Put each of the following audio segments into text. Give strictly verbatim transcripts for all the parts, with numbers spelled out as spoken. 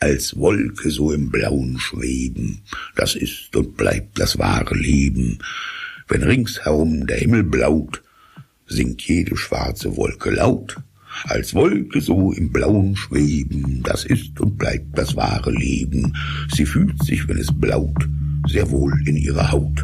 als Wolke so im Blauen schweben, das ist und bleibt das wahre Leben. Wenn ringsherum der Himmel blaut, singt jede schwarze Wolke laut. Als Wolke so im Blauen schweben, das ist und bleibt das wahre Leben. Sie fühlt sich, wenn es blaut, sehr wohl in ihrer Haut.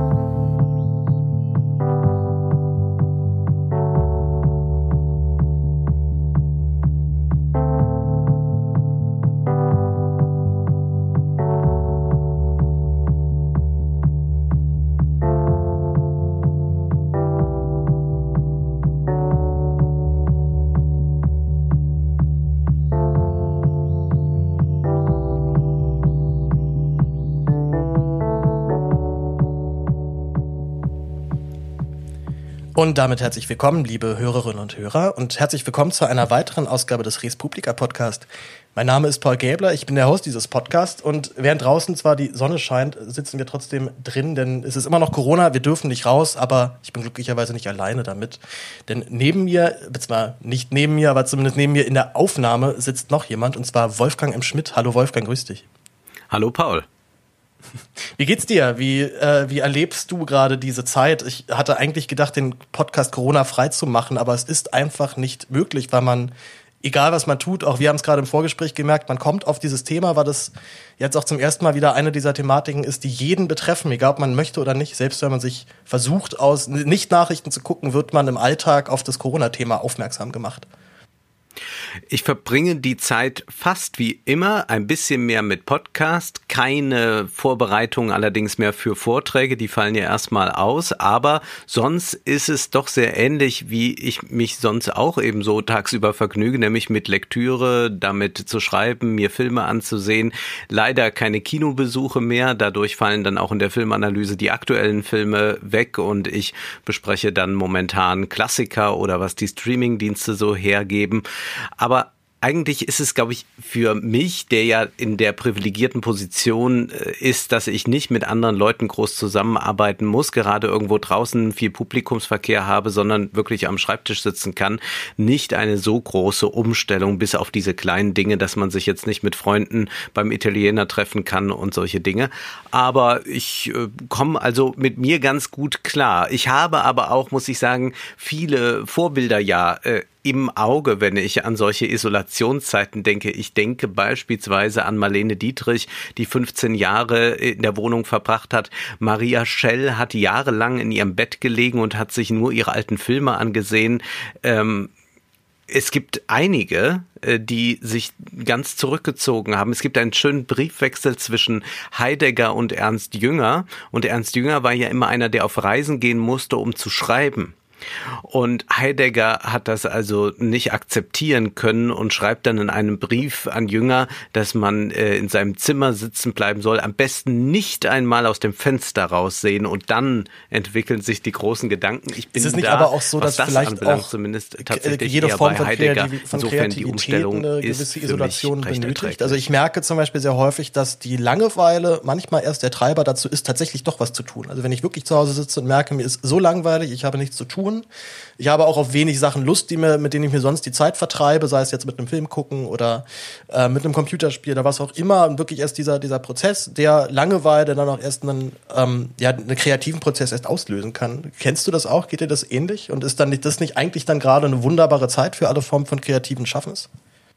Und damit herzlich willkommen, liebe Hörerinnen und Hörer, und herzlich willkommen zu einer weiteren Ausgabe des Res Publica Podcast. Mein Name ist Paul Gäbler, ich bin der Host dieses Podcasts, und während draußen zwar die Sonne scheint, sitzen wir trotzdem drin, denn es ist immer noch Corona, wir dürfen nicht raus, aber ich bin glücklicherweise nicht alleine damit. Denn neben mir, zwar nicht neben mir, aber zumindest neben mir in der Aufnahme sitzt noch jemand, und zwar Wolfgang M. Schmidt. Hallo Wolfgang, grüß dich. Hallo Paul. Wie geht's dir? Wie, äh, wie erlebst du gerade diese Zeit? Ich hatte eigentlich gedacht, den Podcast Corona frei zu machen, aber es ist einfach nicht möglich, weil man, egal was man tut, auch wir haben es gerade im Vorgespräch gemerkt, man kommt auf dieses Thema, weil das jetzt auch zum ersten Mal wieder eine dieser Thematiken ist, die jeden betreffen, egal ob man möchte oder nicht. Selbst wenn man sich versucht, aus Nicht-Nachrichten zu gucken, wird man im Alltag auf das Corona-Thema aufmerksam gemacht. Ich verbringe die Zeit fast wie immer ein bisschen mehr mit Podcast, keine Vorbereitungen allerdings mehr für Vorträge, die fallen ja erstmal aus, aber sonst ist es doch sehr ähnlich, wie ich mich sonst auch eben so tagsüber vergnüge, nämlich mit Lektüre, damit zu schreiben, mir Filme anzusehen, leider keine Kinobesuche mehr, dadurch fallen dann auch in der Filmanalyse die aktuellen Filme weg und ich bespreche dann momentan Klassiker oder was die Streamingdienste so hergeben. Aber eigentlich ist es, glaube ich, für mich, der ja in der privilegierten Position ist, dass ich nicht mit anderen Leuten groß zusammenarbeiten muss, gerade irgendwo draußen viel Publikumsverkehr habe, sondern wirklich am Schreibtisch sitzen kann, nicht eine so große Umstellung, bis auf diese kleinen Dinge, dass man sich jetzt nicht mit Freunden beim Italiener treffen kann und solche Dinge. Aber ich äh, komme also mit mir ganz gut klar. Ich habe aber auch, muss ich sagen, viele Vorbilder ja äh, im Auge, wenn ich an solche Isolationszeiten denke. Ich denke beispielsweise an Marlene Dietrich, die fünfzehn Jahre in der Wohnung verbracht hat. Maria Schell hat jahrelang in ihrem Bett gelegen und hat sich nur ihre alten Filme angesehen. Ähm, Es gibt einige, die sich ganz zurückgezogen haben. Es gibt einen schönen Briefwechsel zwischen Heidegger und Ernst Jünger. Und Ernst Jünger war ja immer einer, der auf Reisen gehen musste, um zu schreiben. Und Heidegger hat das also nicht akzeptieren können und schreibt dann in einem Brief an Jünger, dass man äh, in seinem Zimmer sitzen bleiben soll, am besten nicht einmal aus dem Fenster raussehen, und dann entwickeln sich die großen Gedanken. Ich bin ist es nicht da, aber auch so, dass das vielleicht anbelangt, auch zumindest tatsächlich jede eher Form bei von, Heidegger. Kreativ- von Insofern die Umstellung eine ist gewisse für Isolation mich recht benötigt. erträglich. Also ich merke zum Beispiel sehr häufig, dass die Langeweile manchmal erst der Treiber dazu ist, tatsächlich doch was zu tun. Also wenn ich wirklich zu Hause sitze und merke, mir ist so langweilig, ich habe nichts zu tun, ich habe auch auf wenig Sachen Lust, die mir, mit denen ich mir sonst die Zeit vertreibe, sei es jetzt mit einem Film gucken oder äh, mit einem Computerspiel oder was auch immer. Und wirklich erst dieser, dieser Prozess der Langeweile dann auch erst einen, ähm, ja, einen kreativen Prozess erst auslösen kann. Kennst du das auch? Geht dir das ähnlich? Und ist dann nicht, das nicht eigentlich dann gerade eine wunderbare Zeit für alle Formen von kreativen Schaffens?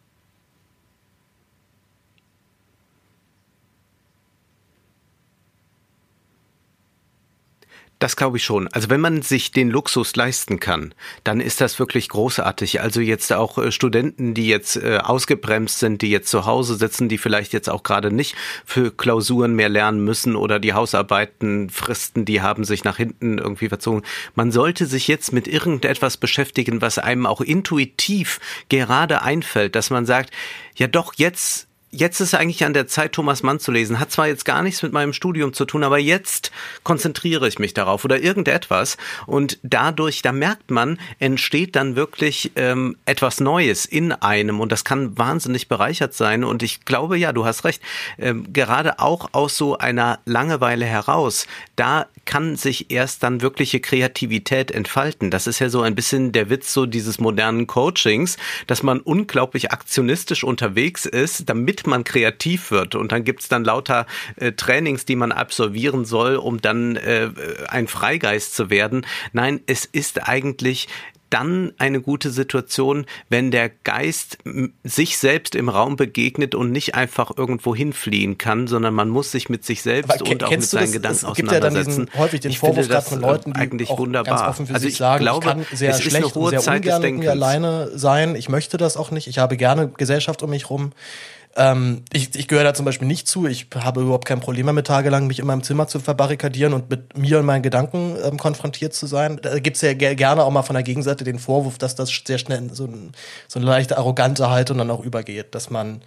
Das glaube ich schon. Also wenn man sich den Luxus leisten kann, dann ist das wirklich großartig. Also jetzt auch äh, Studenten, die jetzt äh, ausgebremst sind, die jetzt zu Hause sitzen, die vielleicht jetzt auch gerade nicht für Klausuren mehr lernen müssen oder die Hausarbeiten, Fristen, die haben sich nach hinten irgendwie verzogen. Man sollte sich jetzt mit irgendetwas beschäftigen, was einem auch intuitiv gerade einfällt, dass man sagt, ja doch, jetzt Jetzt ist eigentlich an der Zeit, Thomas Mann zu lesen. Hat zwar jetzt gar nichts mit meinem Studium zu tun, aber jetzt konzentriere ich mich darauf oder irgendetwas. Und dadurch, da merkt man, entsteht dann wirklich ähm, etwas Neues in einem. Und das kann wahnsinnig bereichert sein. Und ich glaube, ja, du hast recht, ähm, gerade auch aus so einer Langeweile heraus, da kann sich erst dann wirkliche Kreativität entfalten. Das ist ja so ein bisschen der Witz so dieses modernen Coachings, dass man unglaublich aktionistisch unterwegs ist, damit damit man kreativ wird. Und dann gibt's dann lauter äh, Trainings, die man absolvieren soll, um dann äh, ein Freigeist zu werden. Nein, es ist eigentlich dann eine gute Situation, wenn der Geist sich selbst im Raum begegnet und nicht einfach irgendwo hinfliehen kann, sondern man muss sich mit sich selbst Aber und auch mit seinen das, Gedanken es gibt auseinandersetzen. Ja dann diesen, häufig den ich Vorwurf finde das von Leuten, die eigentlich auch wunderbar. ganz offen für also sich ich sagen, glaube, ich kann sehr es ist schlecht eine hohe und sehr Zeit ungern des mit mir Denkens. alleine sein. Ich möchte das auch nicht. Ich habe gerne Gesellschaft um mich rum. Ähm, ich, ich gehöre da zum Beispiel nicht zu. Ich habe überhaupt kein Problem damit, tagelang mich in meinem Zimmer zu verbarrikadieren und mit mir und meinen Gedanken ähm, konfrontiert zu sein. Da gibt's ja ge- gerne auch mal von der Gegenseite den Vorwurf, dass das sehr schnell in so, ein, so eine leichte arrogante Haltung dann auch übergeht, dass man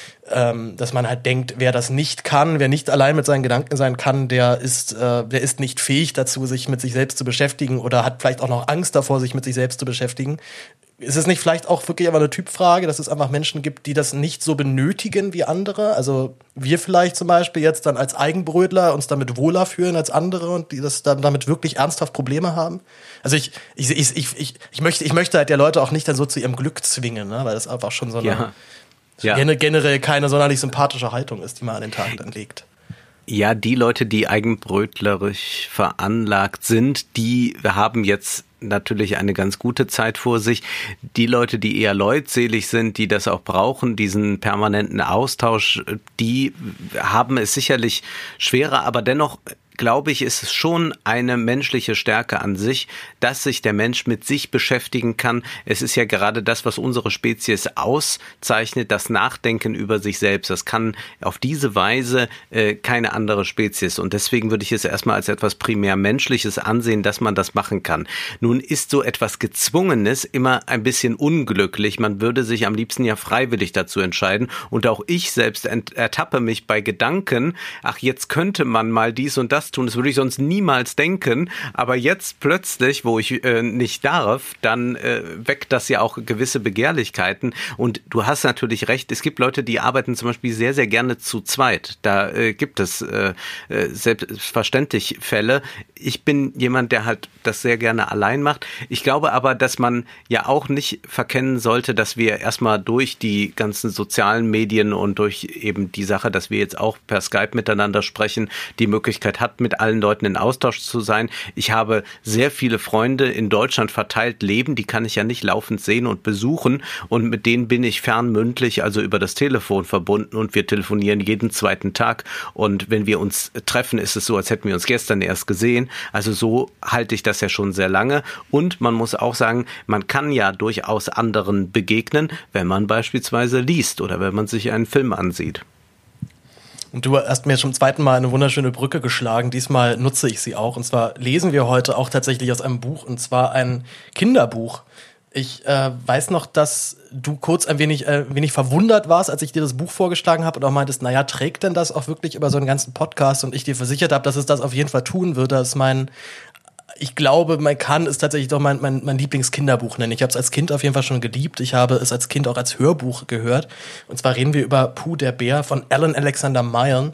ähm, dass man halt denkt, wer das nicht kann, wer nicht allein mit seinen Gedanken sein kann, der ist äh, der ist nicht fähig dazu, sich mit sich selbst zu beschäftigen oder hat vielleicht auch noch Angst davor, sich mit sich selbst zu beschäftigen. Ist es nicht vielleicht auch wirklich aber eine Typfrage, dass es einfach Menschen gibt, die das nicht so benötigen wie andere? Also wir vielleicht zum Beispiel jetzt dann als Eigenbrötler uns damit wohler fühlen als andere und die das dann damit wirklich ernsthaft Probleme haben? Also ich ich ich ich ich, ich möchte ich möchte halt der Leute auch nicht dann so zu ihrem Glück zwingen, ne? Weil das einfach schon so eine Ja. Ja. generell keine sonderlich sympathische Haltung ist, die man an den Tag dann legt. Ja, die Leute, die eigenbrötlerisch veranlagt sind, die haben jetzt natürlich eine ganz gute Zeit vor sich. Die Leute, die eher leutselig sind, die das auch brauchen, diesen permanenten Austausch, die haben es sicherlich schwerer, aber dennoch glaube ich, ist es schon eine menschliche Stärke an sich, dass sich der Mensch mit sich beschäftigen kann. Es ist ja gerade das, was unsere Spezies auszeichnet, das Nachdenken über sich selbst. Das kann auf diese Weise äh, keine andere Spezies. Und deswegen würde ich es erstmal als etwas primär Menschliches ansehen, dass man das machen kann. Nun ist so etwas Gezwungenes immer ein bisschen unglücklich. Man würde sich am liebsten ja freiwillig dazu entscheiden. Und auch ich selbst ent- ertappe mich bei Gedanken, ach, jetzt könnte man mal dies und das tun, das würde ich sonst niemals denken, aber jetzt plötzlich, wo ich äh, nicht darf, dann äh, weckt das ja auch gewisse Begehrlichkeiten und du hast natürlich recht, es gibt Leute, die arbeiten zum Beispiel sehr, sehr gerne zu zweit, da äh, gibt es äh, äh, selbstverständlich Fälle. Ich bin jemand, der halt das sehr gerne allein macht. Ich glaube aber, dass man ja auch nicht verkennen sollte, dass wir erstmal durch die ganzen sozialen Medien und durch eben die Sache, dass wir jetzt auch per Skype miteinander sprechen, die Möglichkeit hat, mit allen Leuten in Austausch zu sein. Ich habe sehr viele Freunde in Deutschland verteilt leben, die kann ich ja nicht laufend sehen und besuchen und mit denen bin ich fernmündlich, also über das Telefon verbunden und wir telefonieren jeden zweiten Tag und wenn wir uns treffen, ist es so, als hätten wir uns gestern erst gesehen. Also so halte ich das ja schon sehr lange und man muss auch sagen, man kann ja durchaus anderen begegnen, wenn man beispielsweise liest oder wenn man sich einen Film ansieht. Und du hast mir zum zweiten Mal eine wunderschöne Brücke geschlagen. Diesmal nutze ich sie auch. Und zwar lesen wir heute auch tatsächlich aus einem Buch, und zwar ein Kinderbuch. Ich äh, weiß noch, dass du kurz ein wenig, äh, wenig verwundert warst, als ich dir das Buch vorgeschlagen habe und auch meintest, naja, trägt denn das auch wirklich über so einen ganzen Podcast? Und ich dir versichert habe, dass es das auf jeden Fall tun wird. Das ist mein, ich glaube, man kann es tatsächlich doch mein, mein, mein Lieblingskinderbuch nennen. Ich habe es als Kind auf jeden Fall schon geliebt. Ich habe es als Kind auch als Hörbuch gehört. Und zwar reden wir über Pooh der Bär von Alan Alexander Milne.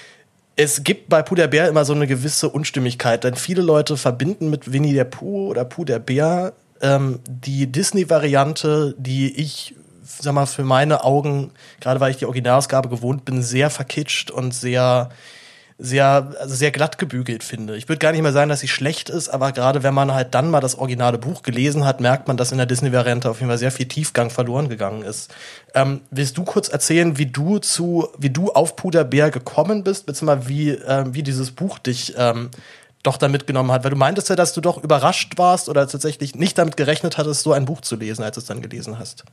Es gibt bei Pooh der Bär immer so eine gewisse Unstimmigkeit, denn viele Leute verbinden mit Winnie der Pooh oder Pooh der Bär ähm, die Disney-Variante, die ich, sag mal, für meine Augen, gerade weil ich die Originalausgabe gewohnt bin, sehr verkitscht und sehr sehr, also sehr glatt gebügelt finde. Ich würde gar nicht mehr sagen, dass sie schlecht ist, aber gerade wenn man halt dann mal das originale Buch gelesen hat, merkt man, dass in der Disney-Variante auf jeden Fall sehr viel Tiefgang verloren gegangen ist. Ähm, willst du kurz erzählen, wie du zu, wie du auf Pooh der Bär gekommen bist, beziehungsweise wie, äh, wie dieses Buch dich ähm, doch da mitgenommen hat? Weil du meintest ja, dass du doch überrascht warst oder tatsächlich nicht damit gerechnet hattest, so ein Buch zu lesen, als du es dann gelesen hast.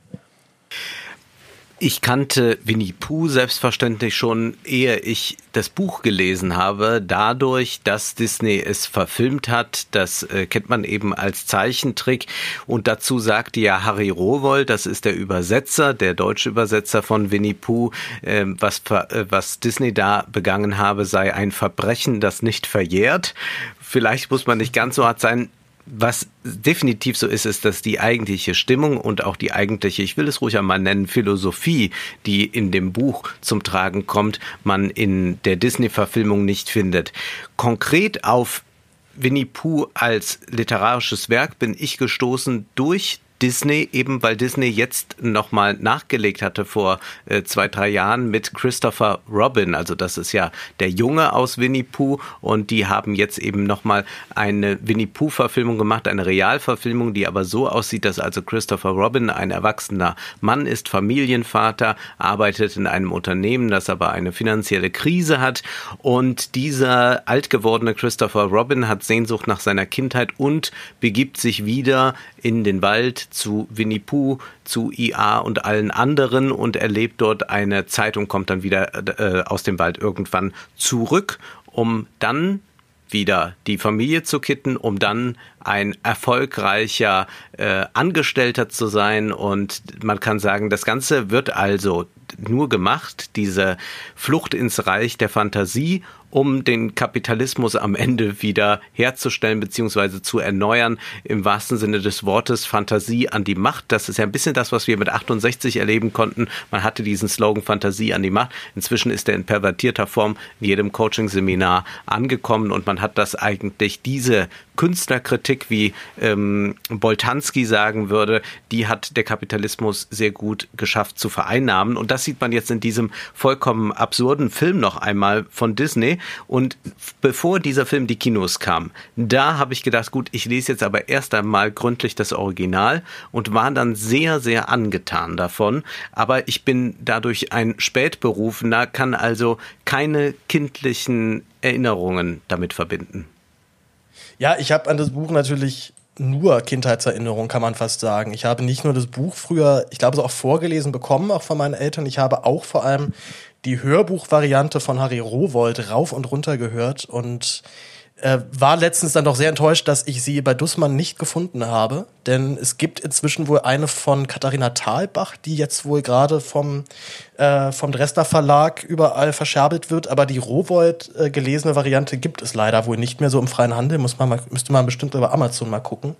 Ich kannte Winnie Pooh selbstverständlich schon, ehe ich das Buch gelesen habe. Dadurch, dass Disney es verfilmt hat, das äh, kennt man eben als Zeichentrick. Und dazu sagte ja Harry Rowohlt, das ist der Übersetzer, der deutsche Übersetzer von Winnie Pooh, äh, was, äh, was Disney da begangen habe, sei ein Verbrechen, das nicht verjährt. Vielleicht muss man nicht ganz so hart sein. Was definitiv so ist, ist, dass die eigentliche Stimmung und auch die eigentliche, ich will es ruhig einmal nennen, Philosophie, die in dem Buch zum Tragen kommt, man in der Disney-Verfilmung nicht findet. Konkret auf Winnie Pooh als literarisches Werk bin ich gestoßen durch Disney, eben weil Disney jetzt nochmal nachgelegt hatte vor äh, zwei, drei Jahren mit Christopher Robin. Also das ist ja der Junge aus Winnie Pooh und die haben jetzt eben nochmal eine Winnie Pooh-Verfilmung gemacht, eine Realverfilmung, die aber so aussieht, dass also Christopher Robin ein erwachsener Mann ist, Familienvater, arbeitet in einem Unternehmen, das aber eine finanzielle Krise hat und dieser alt gewordene Christopher Robin hat Sehnsucht nach seiner Kindheit und begibt sich wieder in den Wald zu Winnie Pooh, zu I A und allen anderen und erlebt dort eine Zeit und kommt dann wieder äh, aus dem Wald irgendwann zurück, um dann wieder die Familie zu kitten, um dann ein erfolgreicher äh, Angestellter zu sein. Und man kann sagen, das Ganze wird also nur gemacht, diese Flucht ins Reich der Fantasie, um den Kapitalismus am Ende wieder herzustellen bzw. zu erneuern. Im wahrsten Sinne des Wortes Fantasie an die Macht. Das ist ja ein bisschen das, was wir mit achtundsechzig erleben konnten. Man hatte diesen Slogan Fantasie an die Macht. Inzwischen ist er in pervertierter Form in jedem Coaching-Seminar angekommen und man hat das eigentlich, diese Künstlerkritik, wie ähm, Boltanski sagen würde, die hat der Kapitalismus sehr gut geschafft zu vereinnahmen. Und das sieht man jetzt in diesem vollkommen absurden Film noch einmal von Disney. Und bevor dieser Film die Kinos kam, da habe ich gedacht, gut, ich lese jetzt aber erst einmal gründlich das Original und war dann sehr, sehr angetan davon. Aber ich bin dadurch ein Spätberufener, kann also keine kindlichen Erinnerungen damit verbinden. Ja, ich habe an das Buch natürlich nur Kindheitserinnerungen, kann man fast sagen. Ich habe nicht nur das Buch früher, ich glaube, es auch vorgelesen bekommen, auch von meinen Eltern. Ich habe auch vor allem die Hörbuchvariante von Harry Rowohlt rauf und runter gehört und äh, war letztens dann doch sehr enttäuscht, dass ich sie bei Dussmann nicht gefunden habe. Denn es gibt inzwischen wohl eine von Katharina Thalbach, die jetzt wohl gerade vom, äh, vom Dresdner Verlag überall verscherbelt wird. Aber die Rowohlt äh, gelesene Variante gibt es leider wohl nicht mehr so im freien Handel. Muss man mal, müsste man bestimmt über Amazon mal gucken.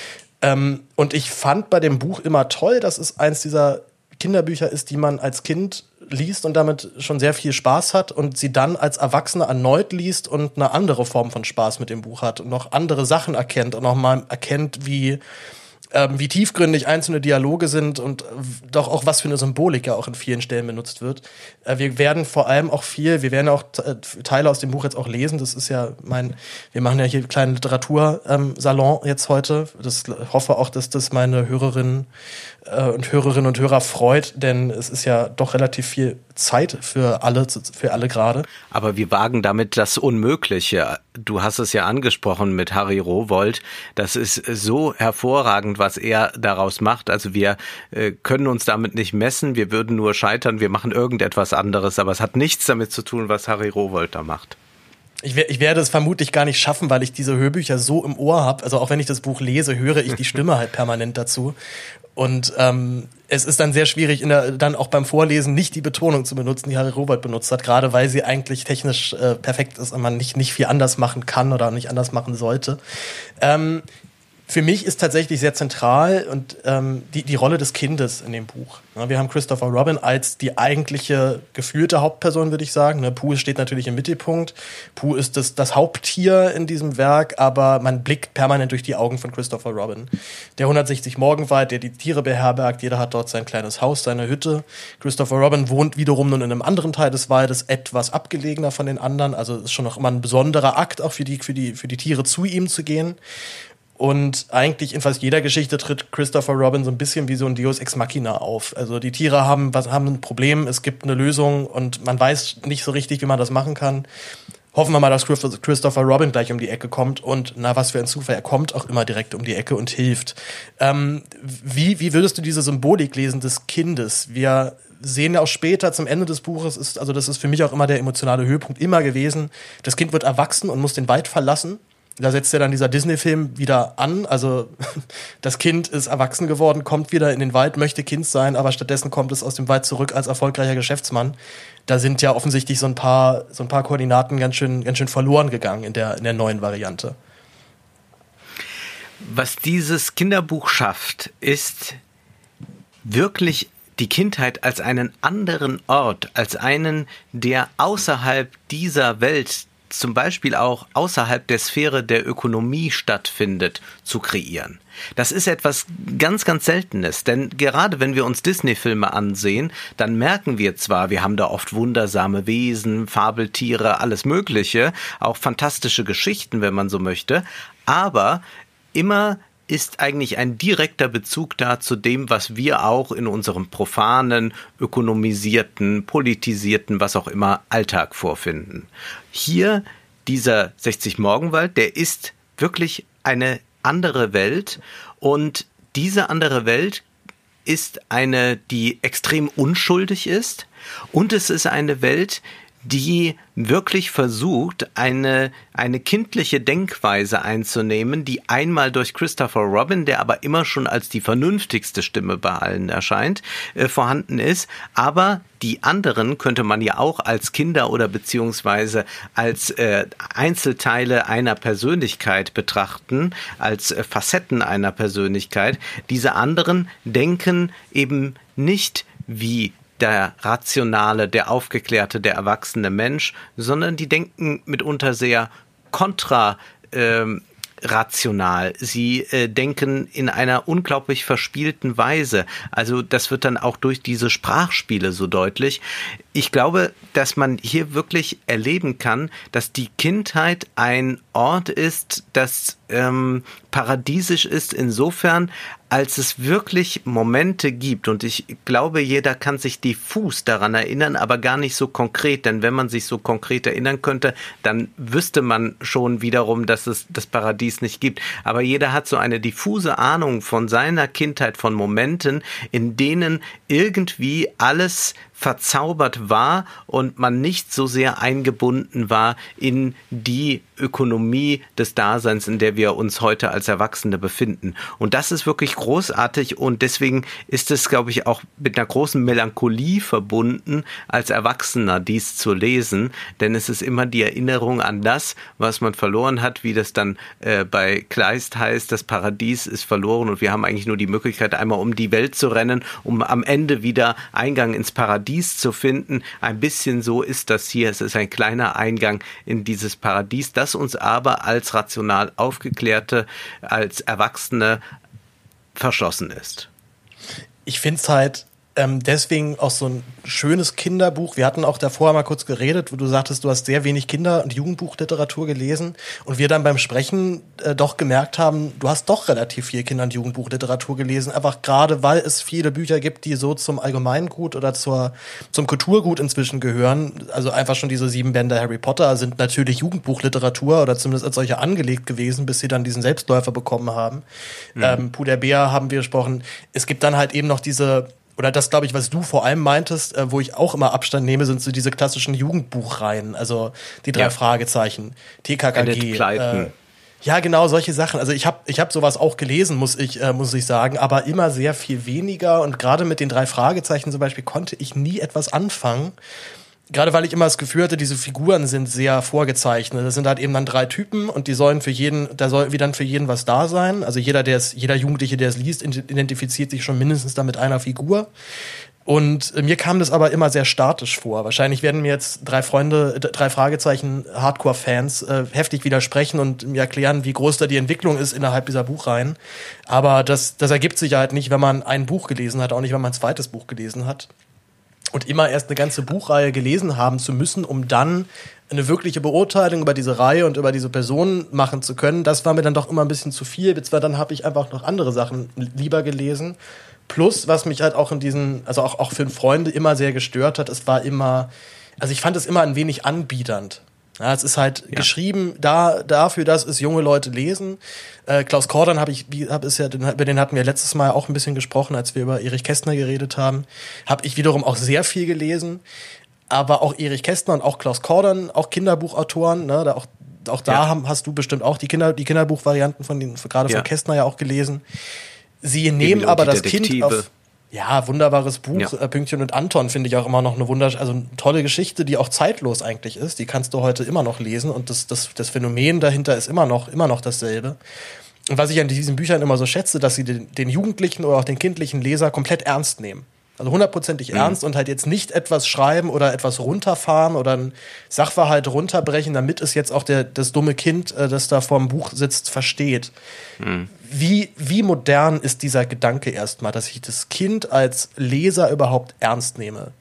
Ähm, und ich fand bei dem Buch immer toll, dass es eins dieser Kinderbücher ist, die man als Kind liest und damit schon sehr viel Spaß hat und sie dann als Erwachsener erneut liest und eine andere Form von Spaß mit dem Buch hat und noch andere Sachen erkennt und noch mal erkennt, wie ähm, wie tiefgründig einzelne Dialoge sind und äh, doch auch was für eine Symbolik ja auch in vielen Stellen benutzt wird. Äh, wir werden vor allem auch viel, wir werden auch äh, Teile aus dem Buch jetzt auch lesen. Das ist ja mein, wir machen ja hier einen kleinen Literatursalon ähm, jetzt heute. Das ich hoffe auch, dass das meine Hörerinnen äh, und Hörerinnen und Hörer freut, denn es ist ja doch relativ viel Zeit für alle, für alle gerade. Aber wir wagen damit das Unmögliche. Du hast es ja angesprochen mit Harry Rowohlt. Das ist so hervorragend, was er daraus macht. Also wir äh, können uns damit nicht messen. Wir würden nur scheitern. Wir machen irgendetwas anderes. Aber es hat nichts damit zu tun, was Harry Rowohlt da macht. Ich, ich werde es vermutlich gar nicht schaffen, weil ich diese Hörbücher so im Ohr habe. Also auch wenn ich das Buch lese, höre ich die Stimme halt permanent dazu. Und ähm, es ist dann sehr schwierig, in der, dann auch beim Vorlesen nicht die Betonung zu benutzen, die Harry Rowohlt benutzt hat, gerade weil sie eigentlich technisch äh, perfekt ist und man nicht, nicht viel anders machen kann oder nicht anders machen sollte. Ähm, Für mich ist tatsächlich sehr zentral und ähm, die, die Rolle des Kindes in dem Buch. Ja, wir haben Christopher Robin als die eigentliche gefühlte Hauptperson, würde ich sagen. Ne, Pooh steht natürlich im Mittelpunkt. Pooh ist das, das Haupttier in diesem Werk, aber man blickt permanent durch die Augen von Christopher Robin. Der hundertsechzig Morgenwald, der die Tiere beherbergt. Jeder hat dort sein kleines Haus, seine Hütte. Christopher Robin wohnt wiederum nun in einem anderen Teil des Waldes, etwas abgelegener von den anderen. Also es ist schon noch immer ein besonderer Akt, auch für die, für die, für die Tiere zu ihm zu gehen. Und eigentlich in fast jeder Geschichte tritt Christopher Robin so ein bisschen wie so ein Deus Ex Machina auf. Also die Tiere haben, was, haben ein Problem, es gibt eine Lösung und man weiß nicht so richtig, wie man das machen kann. Hoffen wir mal, dass Christopher Robin gleich um die Ecke kommt und na, was für ein Zufall, er kommt auch immer direkt um die Ecke und hilft. Ähm, wie, wie würdest du diese Symbolik lesen des Kindes? Wir sehen ja auch später zum Ende des Buches, ist, also das ist für mich auch immer der emotionale Höhepunkt immer gewesen. Das Kind wird erwachsen und muss den Wald verlassen. Da setzt ja dann dieser Disney-Film wieder an. Also das Kind ist erwachsen geworden, kommt wieder in den Wald, möchte Kind sein, aber stattdessen kommt es aus dem Wald zurück als erfolgreicher Geschäftsmann. Da sind ja offensichtlich so ein paar, so ein paar Koordinaten ganz schön, ganz schön verloren gegangen in der, in der neuen Variante. Was dieses Kinderbuch schafft, ist wirklich die Kindheit als einen anderen Ort, als einen, der außerhalb dieser Welt zum Beispiel auch außerhalb der Sphäre der Ökonomie stattfindet, zu kreieren. Das ist etwas ganz, ganz Seltenes, denn gerade wenn wir uns Disney-Filme ansehen, dann merken wir zwar, wir haben da oft wundersame Wesen, Fabeltiere, alles Mögliche, auch fantastische Geschichten, wenn man so möchte, aber immer ist eigentlich ein direkter Bezug da zu dem, was wir auch in unserem profanen, ökonomisierten, politisierten, was auch immer, Alltag vorfinden. Hier, dieser sechzig-Morgenwald, der ist wirklich eine andere Welt, und diese andere Welt ist eine, die extrem unschuldig ist, und es ist eine Welt, die wirklich versucht, eine, eine kindliche Denkweise einzunehmen, die einmal durch Christopher Robin, der aber immer schon als die vernünftigste Stimme bei allen erscheint, äh, vorhanden ist. Aber die anderen könnte man ja auch als Kinder oder beziehungsweise als äh, Einzelteile einer Persönlichkeit betrachten, als äh, Facetten einer Persönlichkeit. Diese anderen denken eben nicht wie der rationale, der aufgeklärte, der erwachsene Mensch, sondern die denken mitunter sehr kontra ähm, rational. Sie äh, denken in einer unglaublich verspielten Weise. Also das wird dann auch durch diese Sprachspiele so deutlich. Ich glaube, dass man hier wirklich erleben kann, dass die Kindheit ein Ort ist, das ähm, paradiesisch ist insofern, als es wirklich Momente gibt, und ich glaube, jeder kann sich diffus daran erinnern, aber gar nicht so konkret, denn wenn man sich so konkret erinnern könnte, dann wüsste man schon wiederum, dass es das Paradies nicht gibt. Aber jeder hat so eine diffuse Ahnung von seiner Kindheit, von Momenten, in denen irgendwie alles verzaubert war und man nicht so sehr eingebunden war in die Ökonomie des Daseins, in der wir uns heute als Erwachsene befinden. Und das ist wirklich großartig, und deswegen ist es, glaube ich, auch mit einer großen Melancholie verbunden, als Erwachsener dies zu lesen, denn es ist immer die Erinnerung an das, was man verloren hat, wie das dann äh, bei Kleist heißt, das Paradies ist verloren und wir haben eigentlich nur die Möglichkeit, einmal um die Welt zu rennen, um am Ende wieder Eingang ins Paradies zu finden. Ein bisschen so ist das hier. Es ist ein kleiner Eingang in dieses Paradies, das uns aber als rational Aufgeklärte, als Erwachsene verschlossen ist. Ich finde es halt ähm, deswegen auch so ein schönes Kinderbuch. Wir hatten auch davor mal kurz geredet, wo du sagtest, du hast sehr wenig Kinder- und Jugendbuchliteratur gelesen, und wir dann beim Sprechen äh, doch gemerkt haben, du hast doch relativ viel Kinder- und Jugendbuchliteratur gelesen, einfach gerade, weil es viele Bücher gibt, die so zum Allgemeingut oder zur, zum Kulturgut inzwischen gehören. Also einfach schon diese sieben Bände Harry Potter sind natürlich Jugendbuchliteratur oder zumindest als solche angelegt gewesen, bis sie dann diesen Selbstläufer bekommen haben. Mhm. Ähm, Puh der Bär haben wir gesprochen. Es gibt dann halt eben noch diese, oder das, glaube ich, was du vor allem meintest, äh, wo ich auch immer Abstand nehme, sind so diese klassischen Jugendbuchreihen, also die drei ja. Fragezeichen, T K K G. Äh, ja, genau, solche Sachen. Also ich habe ich hab sowas auch gelesen, muss ich, äh, muss ich sagen, aber immer sehr viel weniger, und gerade mit den drei Fragezeichen zum Beispiel konnte ich nie etwas anfangen. Gerade weil ich immer das Gefühl hatte, diese Figuren sind sehr vorgezeichnet. Das sind halt eben dann drei Typen, und die sollen für jeden, da soll wie dann für jeden was da sein. Also jeder, der es, jeder Jugendliche, der es liest, identifiziert sich schon mindestens da mit einer Figur. Und mir kam das aber immer sehr statisch vor. Wahrscheinlich werden mir jetzt drei Freunde, drei Fragezeichen Hardcore-Fans äh, heftig widersprechen und mir erklären, wie groß da die Entwicklung ist innerhalb dieser Buchreihen. Aber das, das ergibt sich halt nicht, wenn man ein Buch gelesen hat, auch nicht, wenn man ein zweites Buch gelesen hat. Und immer erst eine ganze Buchreihe gelesen haben zu müssen, um dann eine wirkliche Beurteilung über diese Reihe und über diese Person machen zu können, das war mir dann doch immer ein bisschen zu viel. Zwar dann habe ich einfach noch andere Sachen lieber gelesen. Plus, was mich halt auch in diesen, also auch, auch für Freunde immer sehr gestört hat, es war immer, also ich fand es immer ein wenig anbiedernd. Ja, es ist halt ja. geschrieben da dafür, dass es junge Leute lesen. Äh, Klaus Kordern habe ich, wie hab es ja, über den hatten wir letztes Mal auch ein bisschen gesprochen, als wir über Erich Kästner geredet haben. Habe ich wiederum auch sehr viel gelesen. Aber auch Erich Kästner und auch Klaus Kordern, auch Kinderbuchautoren, ne, da auch auch da ja. haben, hast du bestimmt auch die Kinder die Kinderbuchvarianten von den gerade ja. von Kästner ja auch gelesen. Sie nehmen aber das Kind auf. Ja, wunderbares Buch. Ja. Pünktchen und Anton finde ich auch immer noch eine wunder, also eine tolle Geschichte, die auch zeitlos eigentlich ist. Die kannst du heute immer noch lesen, und das, das, das Phänomen dahinter ist immer noch, immer noch dasselbe. Und was ich an diesen Büchern immer so schätze, dass sie den, den jugendlichen oder auch den kindlichen Leser komplett ernst nehmen. Also hundertprozentig mhm. ernst und halt jetzt nicht etwas schreiben oder etwas runterfahren oder einen Sachverhalt runterbrechen, damit es jetzt auch der, das dumme Kind, äh, das da vorm Buch sitzt, versteht. Mhm. Wie, wie modern ist dieser Gedanke erstmal, dass ich das Kind als Leser überhaupt ernst nehme?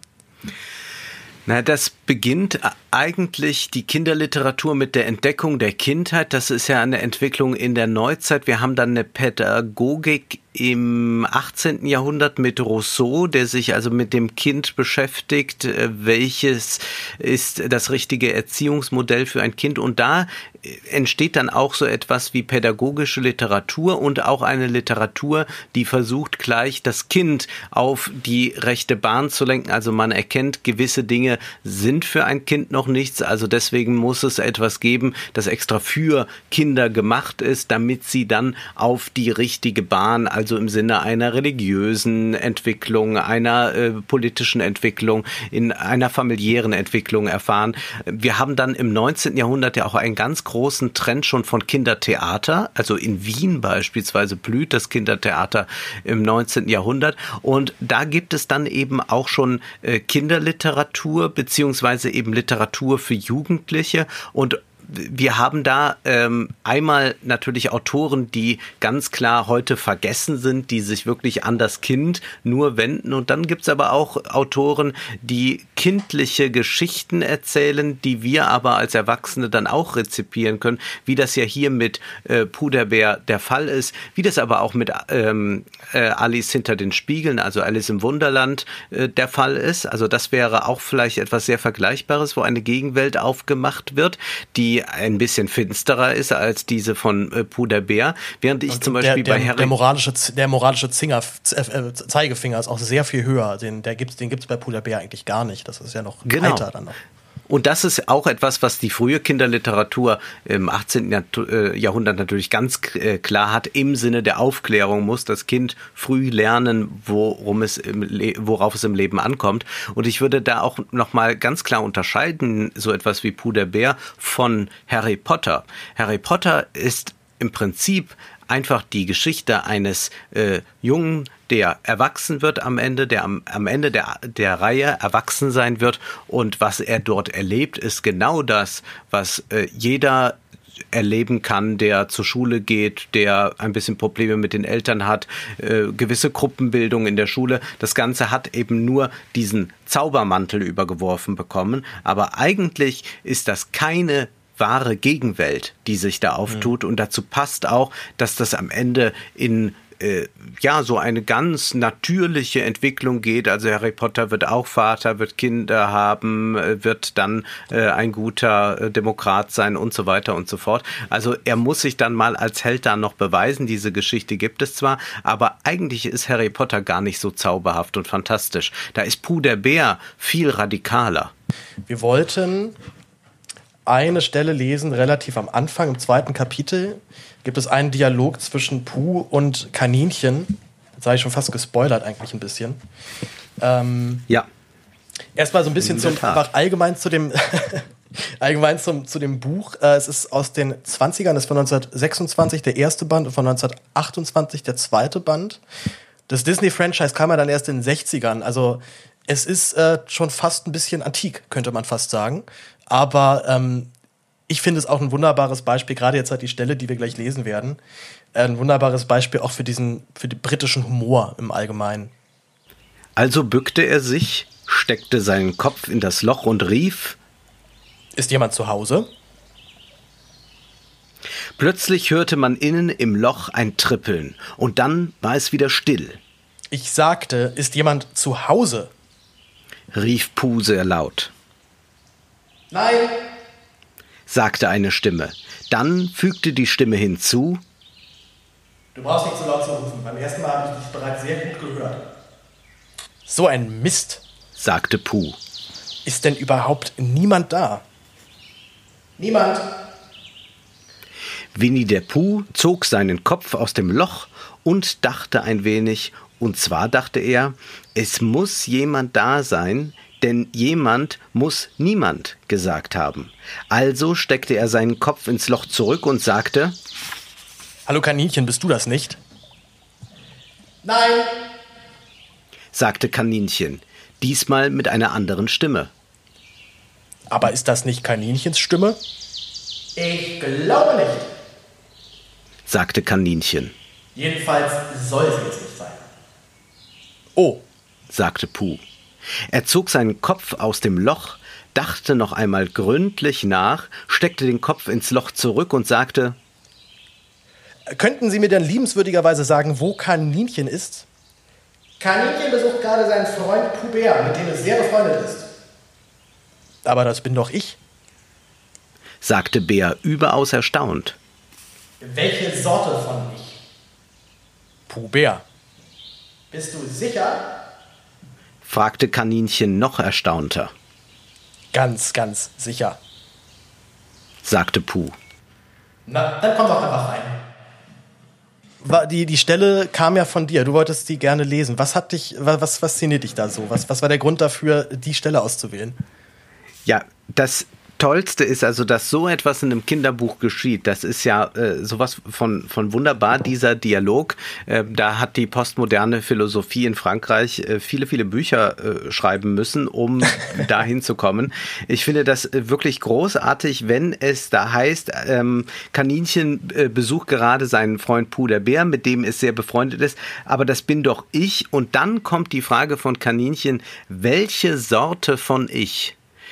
Na, das beginnt eigentlich die Kinderliteratur mit der Entdeckung der Kindheit. Das ist ja eine Entwicklung in der Neuzeit. Wir haben dann eine Pädagogik im achtzehnten Jahrhundert mit Rousseau, der sich also mit dem Kind beschäftigt, welches ist das richtige Erziehungsmodell für ein Kind. Und da entsteht dann auch so etwas wie pädagogische Literatur und auch eine Literatur, die versucht gleich das Kind auf die rechte Bahn zu lenken. Also man erkennt, gewisse Dinge sind für ein Kind noch nichts. Also deswegen muss es etwas geben, das extra für Kinder gemacht ist, damit sie dann auf die richtige Bahn, also im Sinne einer religiösen Entwicklung, einer äh, politischen Entwicklung, in einer familiären Entwicklung erfahren. Wir haben dann im neunzehnten Jahrhundert ja auch einen ganz großen Trend schon von Kindertheater. Also in Wien beispielsweise blüht das Kindertheater im neunzehnten Jahrhundert. Und da gibt es dann eben auch schon äh, Kinderliteratur beziehungsweise eben Literatur für Jugendliche. Und wir haben da ähm, einmal natürlich Autoren, die ganz klar heute vergessen sind, die sich wirklich an das Kind nur wenden. Und dann gibt's aber auch Autoren, die kindliche Geschichten erzählen, die wir aber als Erwachsene dann auch rezipieren können, wie das ja hier mit äh, Puder-Bär der Fall ist, wie das aber auch mit ähm, äh, Alice hinter den Spiegeln, also Alice im Wunderland, äh, der Fall ist. Also das wäre auch vielleicht etwas sehr Vergleichbares, wo eine Gegenwelt aufgemacht wird, die ein bisschen finsterer ist als diese von äh, Puder-Bär, während ich und zum Beispiel der, bei der, Harry... Der moralische, der moralische Zinger, äh, Zeigefinger ist auch sehr viel höher, den, der gibt's, den gibt's bei Puder-Bär eigentlich gar nicht, das ist ja noch genau. heiter dann noch. Und das ist auch etwas, was die frühe Kinderliteratur im achtzehnten Jahrhundert natürlich ganz klar hat. Im Sinne der Aufklärung muss das Kind früh lernen, worum es im Le- worauf es im Leben ankommt. Und ich würde da auch nochmal ganz klar unterscheiden, so etwas wie Puder-Bär von Harry Potter. Harry Potter ist im Prinzip einfach die Geschichte eines äh, Jungen, der erwachsen wird am Ende, der am, am Ende der, der Reihe erwachsen sein wird. Und was er dort erlebt, ist genau das, was äh, jeder erleben kann, der zur Schule geht, der ein bisschen Probleme mit den Eltern hat, äh, gewisse Gruppenbildung in der Schule. Das Ganze hat eben nur diesen Zaubermantel übergeworfen bekommen. Aber eigentlich ist das keine wahre Gegenwelt, die sich da auftut. Mhm. Und dazu passt auch, dass das am Ende in äh, ja so eine ganz natürliche Entwicklung geht. Also Harry Potter wird auch Vater, wird Kinder haben, äh, wird dann äh, ein guter äh, Demokrat sein und so weiter und so fort. Also er muss sich dann mal als Held da noch beweisen. Diese Geschichte gibt es zwar, aber eigentlich ist Harry Potter gar nicht so zauberhaft und fantastisch. Da ist Puder-Bär viel radikaler. Wir wollten eine Stelle lesen, relativ am Anfang, im zweiten Kapitel, gibt es einen Dialog zwischen Puh und Kaninchen. Jetzt habe ich schon fast gespoilert eigentlich ein bisschen. Ähm, ja. Erstmal so ein bisschen zum, einfach allgemein zu dem, allgemein zum, zu dem Buch. Äh, es ist aus den zwanzigern, das ist von neunzehnhundertsechsundzwanzig der erste Band und von neunzehnhundertachtundzwanzig der zweite Band. Das Disney-Franchise kam ja dann erst in den sechzigern. Also es ist äh, schon fast ein bisschen antik, könnte man fast sagen. Aber ähm, ich finde es auch ein wunderbares Beispiel, gerade jetzt halt die Stelle, die wir gleich lesen werden, äh, ein wunderbares Beispiel auch für diesen, für den britischen Humor im Allgemeinen. Also bückte er sich, steckte seinen Kopf in das Loch und rief: Ist jemand zu Hause? Plötzlich hörte man innen im Loch ein Trippeln und dann war es wieder still. Ich sagte, ist jemand zu Hause? Rief Puh sehr laut. Nein, sagte eine Stimme. Dann fügte die Stimme hinzu: Du brauchst nicht so laut zu rufen. Beim ersten Mal habe ich dich bereits sehr gut gehört. So ein Mist, sagte Puh. Ist denn überhaupt niemand da? Niemand. Winnie der Puh zog seinen Kopf aus dem Loch und dachte ein wenig. Und zwar dachte er, es muss jemand da sein, denn jemand muss niemand gesagt haben. Also steckte er seinen Kopf ins Loch zurück und sagte: Hallo Kaninchen, bist du das nicht? Nein, sagte Kaninchen, diesmal mit einer anderen Stimme. Aber ist das nicht Kaninchens Stimme? Ich glaube nicht, sagte Kaninchen. Jedenfalls soll sie es nicht sein. Oh, sagte Puh. Er zog seinen Kopf aus dem Loch, dachte noch einmal gründlich nach, steckte den Kopf ins Loch zurück und sagte: Könnten Sie mir denn liebenswürdigerweise sagen, wo Kaninchen ist? Kaninchen besucht gerade seinen Freund Puh-Bär, mit dem es sehr befreundet ist. Aber das bin doch ich, sagte Bär überaus erstaunt. Welche Sorte von ich? Puh-Bär. Bist du sicher? fragte Kaninchen noch erstaunter. Ganz, ganz sicher, sagte Puh. Na, dann komm doch einfach rein. Die, die Stelle kam ja von dir, du wolltest die gerne lesen. Was hat dich, was fasziniert dich da so? Was, was war der Grund dafür, die Stelle auszuwählen? Ja, das Tollste ist also, dass so etwas in einem Kinderbuch geschieht. Das ist ja äh, sowas von, von wunderbar, dieser Dialog. Äh, da hat die postmoderne Philosophie in Frankreich äh, viele, viele Bücher äh, schreiben müssen, um dahin zu kommen. Ich finde das äh, wirklich großartig, wenn es da heißt, ähm, Kaninchen äh, besucht gerade seinen Freund Puh der Bär, mit dem es sehr befreundet ist, aber das bin doch ich. Und dann kommt die Frage von Kaninchen, welche Sorte von ich?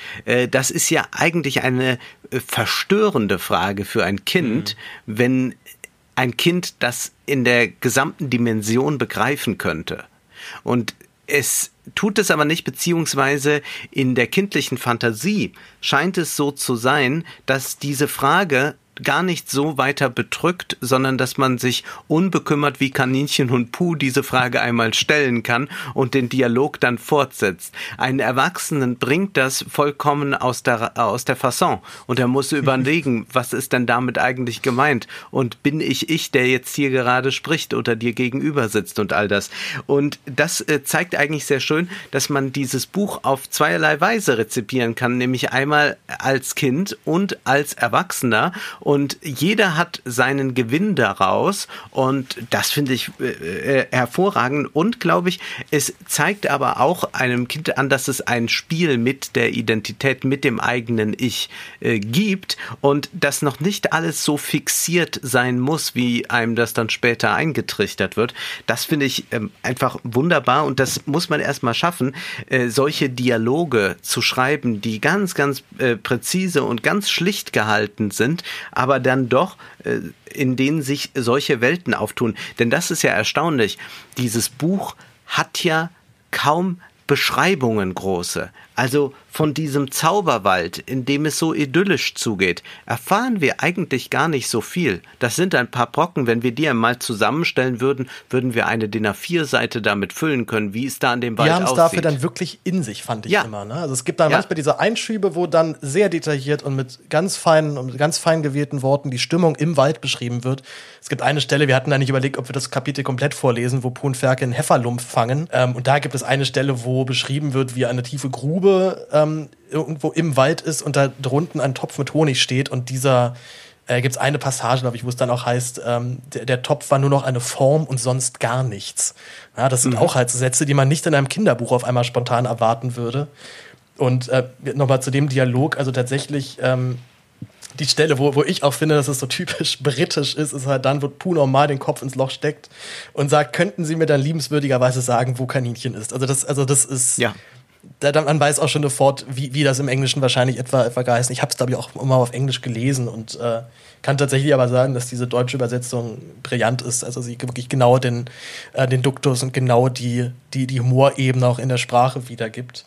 Das ist ja eigentlich eine verstörende Frage für ein Kind, mhm. wenn ein Kind das in der gesamten Dimension begreifen könnte. Und es tut es aber nicht, beziehungsweise in der kindlichen Fantasie scheint es so zu sein, dass diese Frage gar nicht so weiter bedrückt, sondern dass man sich unbekümmert wie Kaninchen und Puh diese Frage einmal stellen kann und den Dialog dann fortsetzt. Einen Erwachsenen bringt das vollkommen aus der, aus der Fasson und er muss überlegen, was ist denn damit eigentlich gemeint und bin ich ich, der jetzt hier gerade spricht oder dir gegenüber sitzt und all das. Und das äh, zeigt eigentlich sehr schön, dass man dieses Buch auf zweierlei Weise rezipieren kann, nämlich einmal als Kind und als Erwachsener. Und jeder hat seinen Gewinn daraus und das finde ich äh, hervorragend und glaube ich, es zeigt aber auch einem Kind an, dass es ein Spiel mit der Identität, mit dem eigenen Ich äh, gibt und dass noch nicht alles so fixiert sein muss, wie einem das dann später eingetrichtert wird. Das finde ich äh, einfach wunderbar und das muss man erstmal schaffen, äh, solche Dialoge zu schreiben, die ganz, ganz äh, präzise und ganz schlicht gehalten sind, aber dann doch, äh, in denen sich solche Welten auftun. Denn das ist ja erstaunlich. Dieses Buch hat ja kaum Beschreibungen große. Also von diesem Zauberwald, in dem es so idyllisch zugeht, erfahren wir eigentlich gar nicht so viel. Das sind ein paar Brocken. Wenn wir die einmal zusammenstellen würden, würden wir eine D I N A vier Seite damit füllen können, wie es da an dem Wald aussieht. Die haben es dafür dann wirklich in sich, fand ich ja. immer. Ne? Also es gibt dann ja. manchmal diese Einschübe, wo dann sehr detailliert und mit ganz feinen und ganz fein gewählten Worten die Stimmung im Wald beschrieben wird. Es gibt eine Stelle, wir hatten da nicht überlegt, ob wir das Kapitel komplett vorlesen, wo Puh und Ferkel einen Hefferlumpf fangen. Ähm, und da gibt es eine Stelle, wo beschrieben wird, wie eine tiefe Grube ähm, irgendwo im Wald ist und da drunten ein Topf mit Honig steht und dieser, äh, gibt es eine Passage, glaube ich, wo es dann auch heißt, ähm, der, der Topf war nur noch eine Form und sonst gar nichts. Ja, das sind mhm. auch halt so Sätze, die man nicht in einem Kinderbuch auf einmal spontan erwarten würde. Und äh, nochmal zu dem Dialog, also tatsächlich ähm, die Stelle, wo, wo ich auch finde, dass es so typisch britisch ist, ist halt dann, wo Puh normal den Kopf ins Loch steckt und sagt, könnten Sie mir dann liebenswürdigerweise sagen, wo Kaninchen ist? Also das, also das ist... Ja. Da, man weiß auch schon sofort, wie, wie das im Englischen wahrscheinlich etwa, etwa geheißen. Ich habe es, glaube ich, auch immer auf Englisch gelesen und äh, kann tatsächlich aber sagen, dass diese deutsche Übersetzung brillant ist. Also sie wirklich genau den, äh, den Duktus und genau die, die, die Humorebene auch in der Sprache wiedergibt.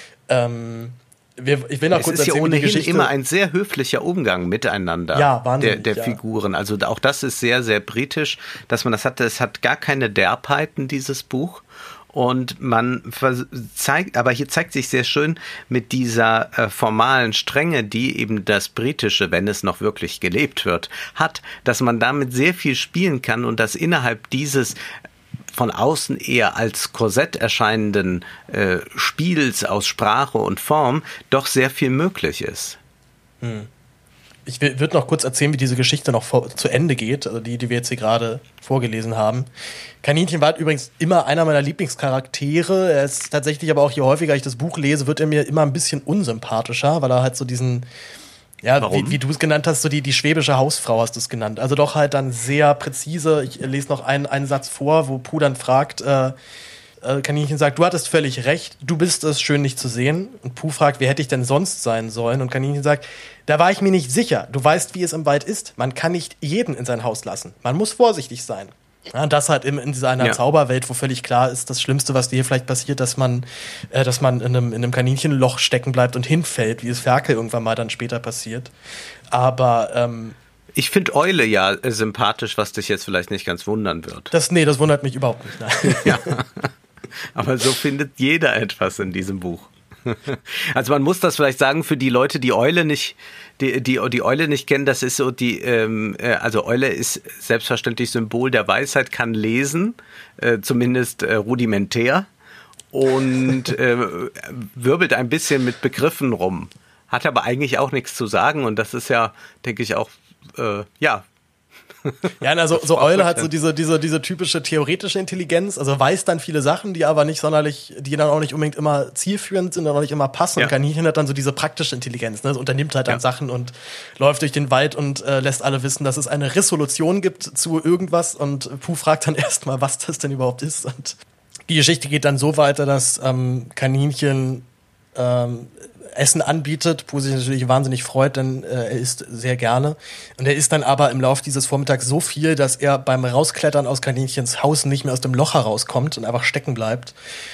Ähm, wir, ich will noch es kurz ist ja ohnehin Geschichte. Immer ein sehr höflicher Umgang miteinander ja, wahnsinnig, der, der ja. Figuren. Also auch das ist sehr, sehr britisch, dass man das hatte. Es hat gar keine Derbheiten, dieses Buch. Und man zeigt, aber hier zeigt sich sehr schön mit dieser äh, formalen Strenge, die eben das Britische, wenn es noch wirklich gelebt wird, hat, dass man damit sehr viel spielen kann und dass innerhalb dieses von außen eher als Korsett erscheinenden äh, Spiels aus Sprache und Form doch sehr viel möglich ist. Hm. ich würde noch kurz erzählen, wie diese Geschichte noch vor, zu Ende geht, also die, die wir jetzt hier gerade vorgelesen haben. Kaninchen war übrigens immer einer meiner Lieblingscharaktere. Er ist tatsächlich aber auch, je häufiger ich das Buch lese, wird er mir immer ein bisschen unsympathischer, weil er halt so diesen, ja, Warum? wie, wie du es genannt hast, so die, die schwäbische Hausfrau hast du es genannt. Also doch halt dann sehr präzise. Ich lese noch einen, einen Satz vor, wo Puh dann fragt, äh, Kaninchen sagt, du hattest völlig recht, du bist es, schön nicht zu sehen. Und Puh fragt, wer hätte ich denn sonst sein sollen? Und Kaninchen sagt, da war ich mir nicht sicher. Du weißt, wie es im Wald ist. Man kann nicht jeden in sein Haus lassen. Man muss vorsichtig sein. Ja, und das halt in, in dieser einer ja. Zauberwelt, wo völlig klar ist, das Schlimmste, was dir hier vielleicht passiert, dass man, äh, dass man in einem, in einem Kaninchenloch stecken bleibt und hinfällt, wie es Ferkel irgendwann mal dann später passiert. Aber ähm, ich finde Eule ja äh, sympathisch, was dich jetzt vielleicht nicht ganz wundern wird. Das, nee, das wundert mich überhaupt nicht. Nein. Ja. Aber so findet jeder etwas in diesem Buch. Also man muss das vielleicht sagen für die Leute, die Eule nicht, die die, die Eule nicht kennen. Das ist so die, ähm, also Eule ist selbstverständlich Symbol der Weisheit, kann lesen, äh, zumindest äh, rudimentär und äh, wirbelt ein bisschen mit Begriffen rum, hat aber eigentlich auch nichts zu sagen und das ist ja, denke ich auch, äh, ja. Ja, also so Eule hat so diese, diese, diese typische theoretische Intelligenz, also weiß dann viele Sachen, die aber nicht sonderlich, die dann auch nicht unbedingt immer zielführend sind, auch nicht immer passen. Ja. Kaninchen hat dann so diese praktische Intelligenz, ne? Es unternimmt halt dann ja. Sachen und läuft durch den Wald und äh, lässt alle wissen, dass es eine Resolution gibt zu irgendwas und Puh fragt dann erstmal, was das denn überhaupt ist. Und die Geschichte geht dann so weiter, dass ähm, Kaninchen ähm, Essen anbietet, wo sich natürlich wahnsinnig freut, denn äh, er isst sehr gerne. Und er isst dann aber im Laufe dieses Vormittags so viel, dass er beim Rausklettern aus Kaninchens Haus nicht mehr aus dem Loch herauskommt und einfach stecken bleibt.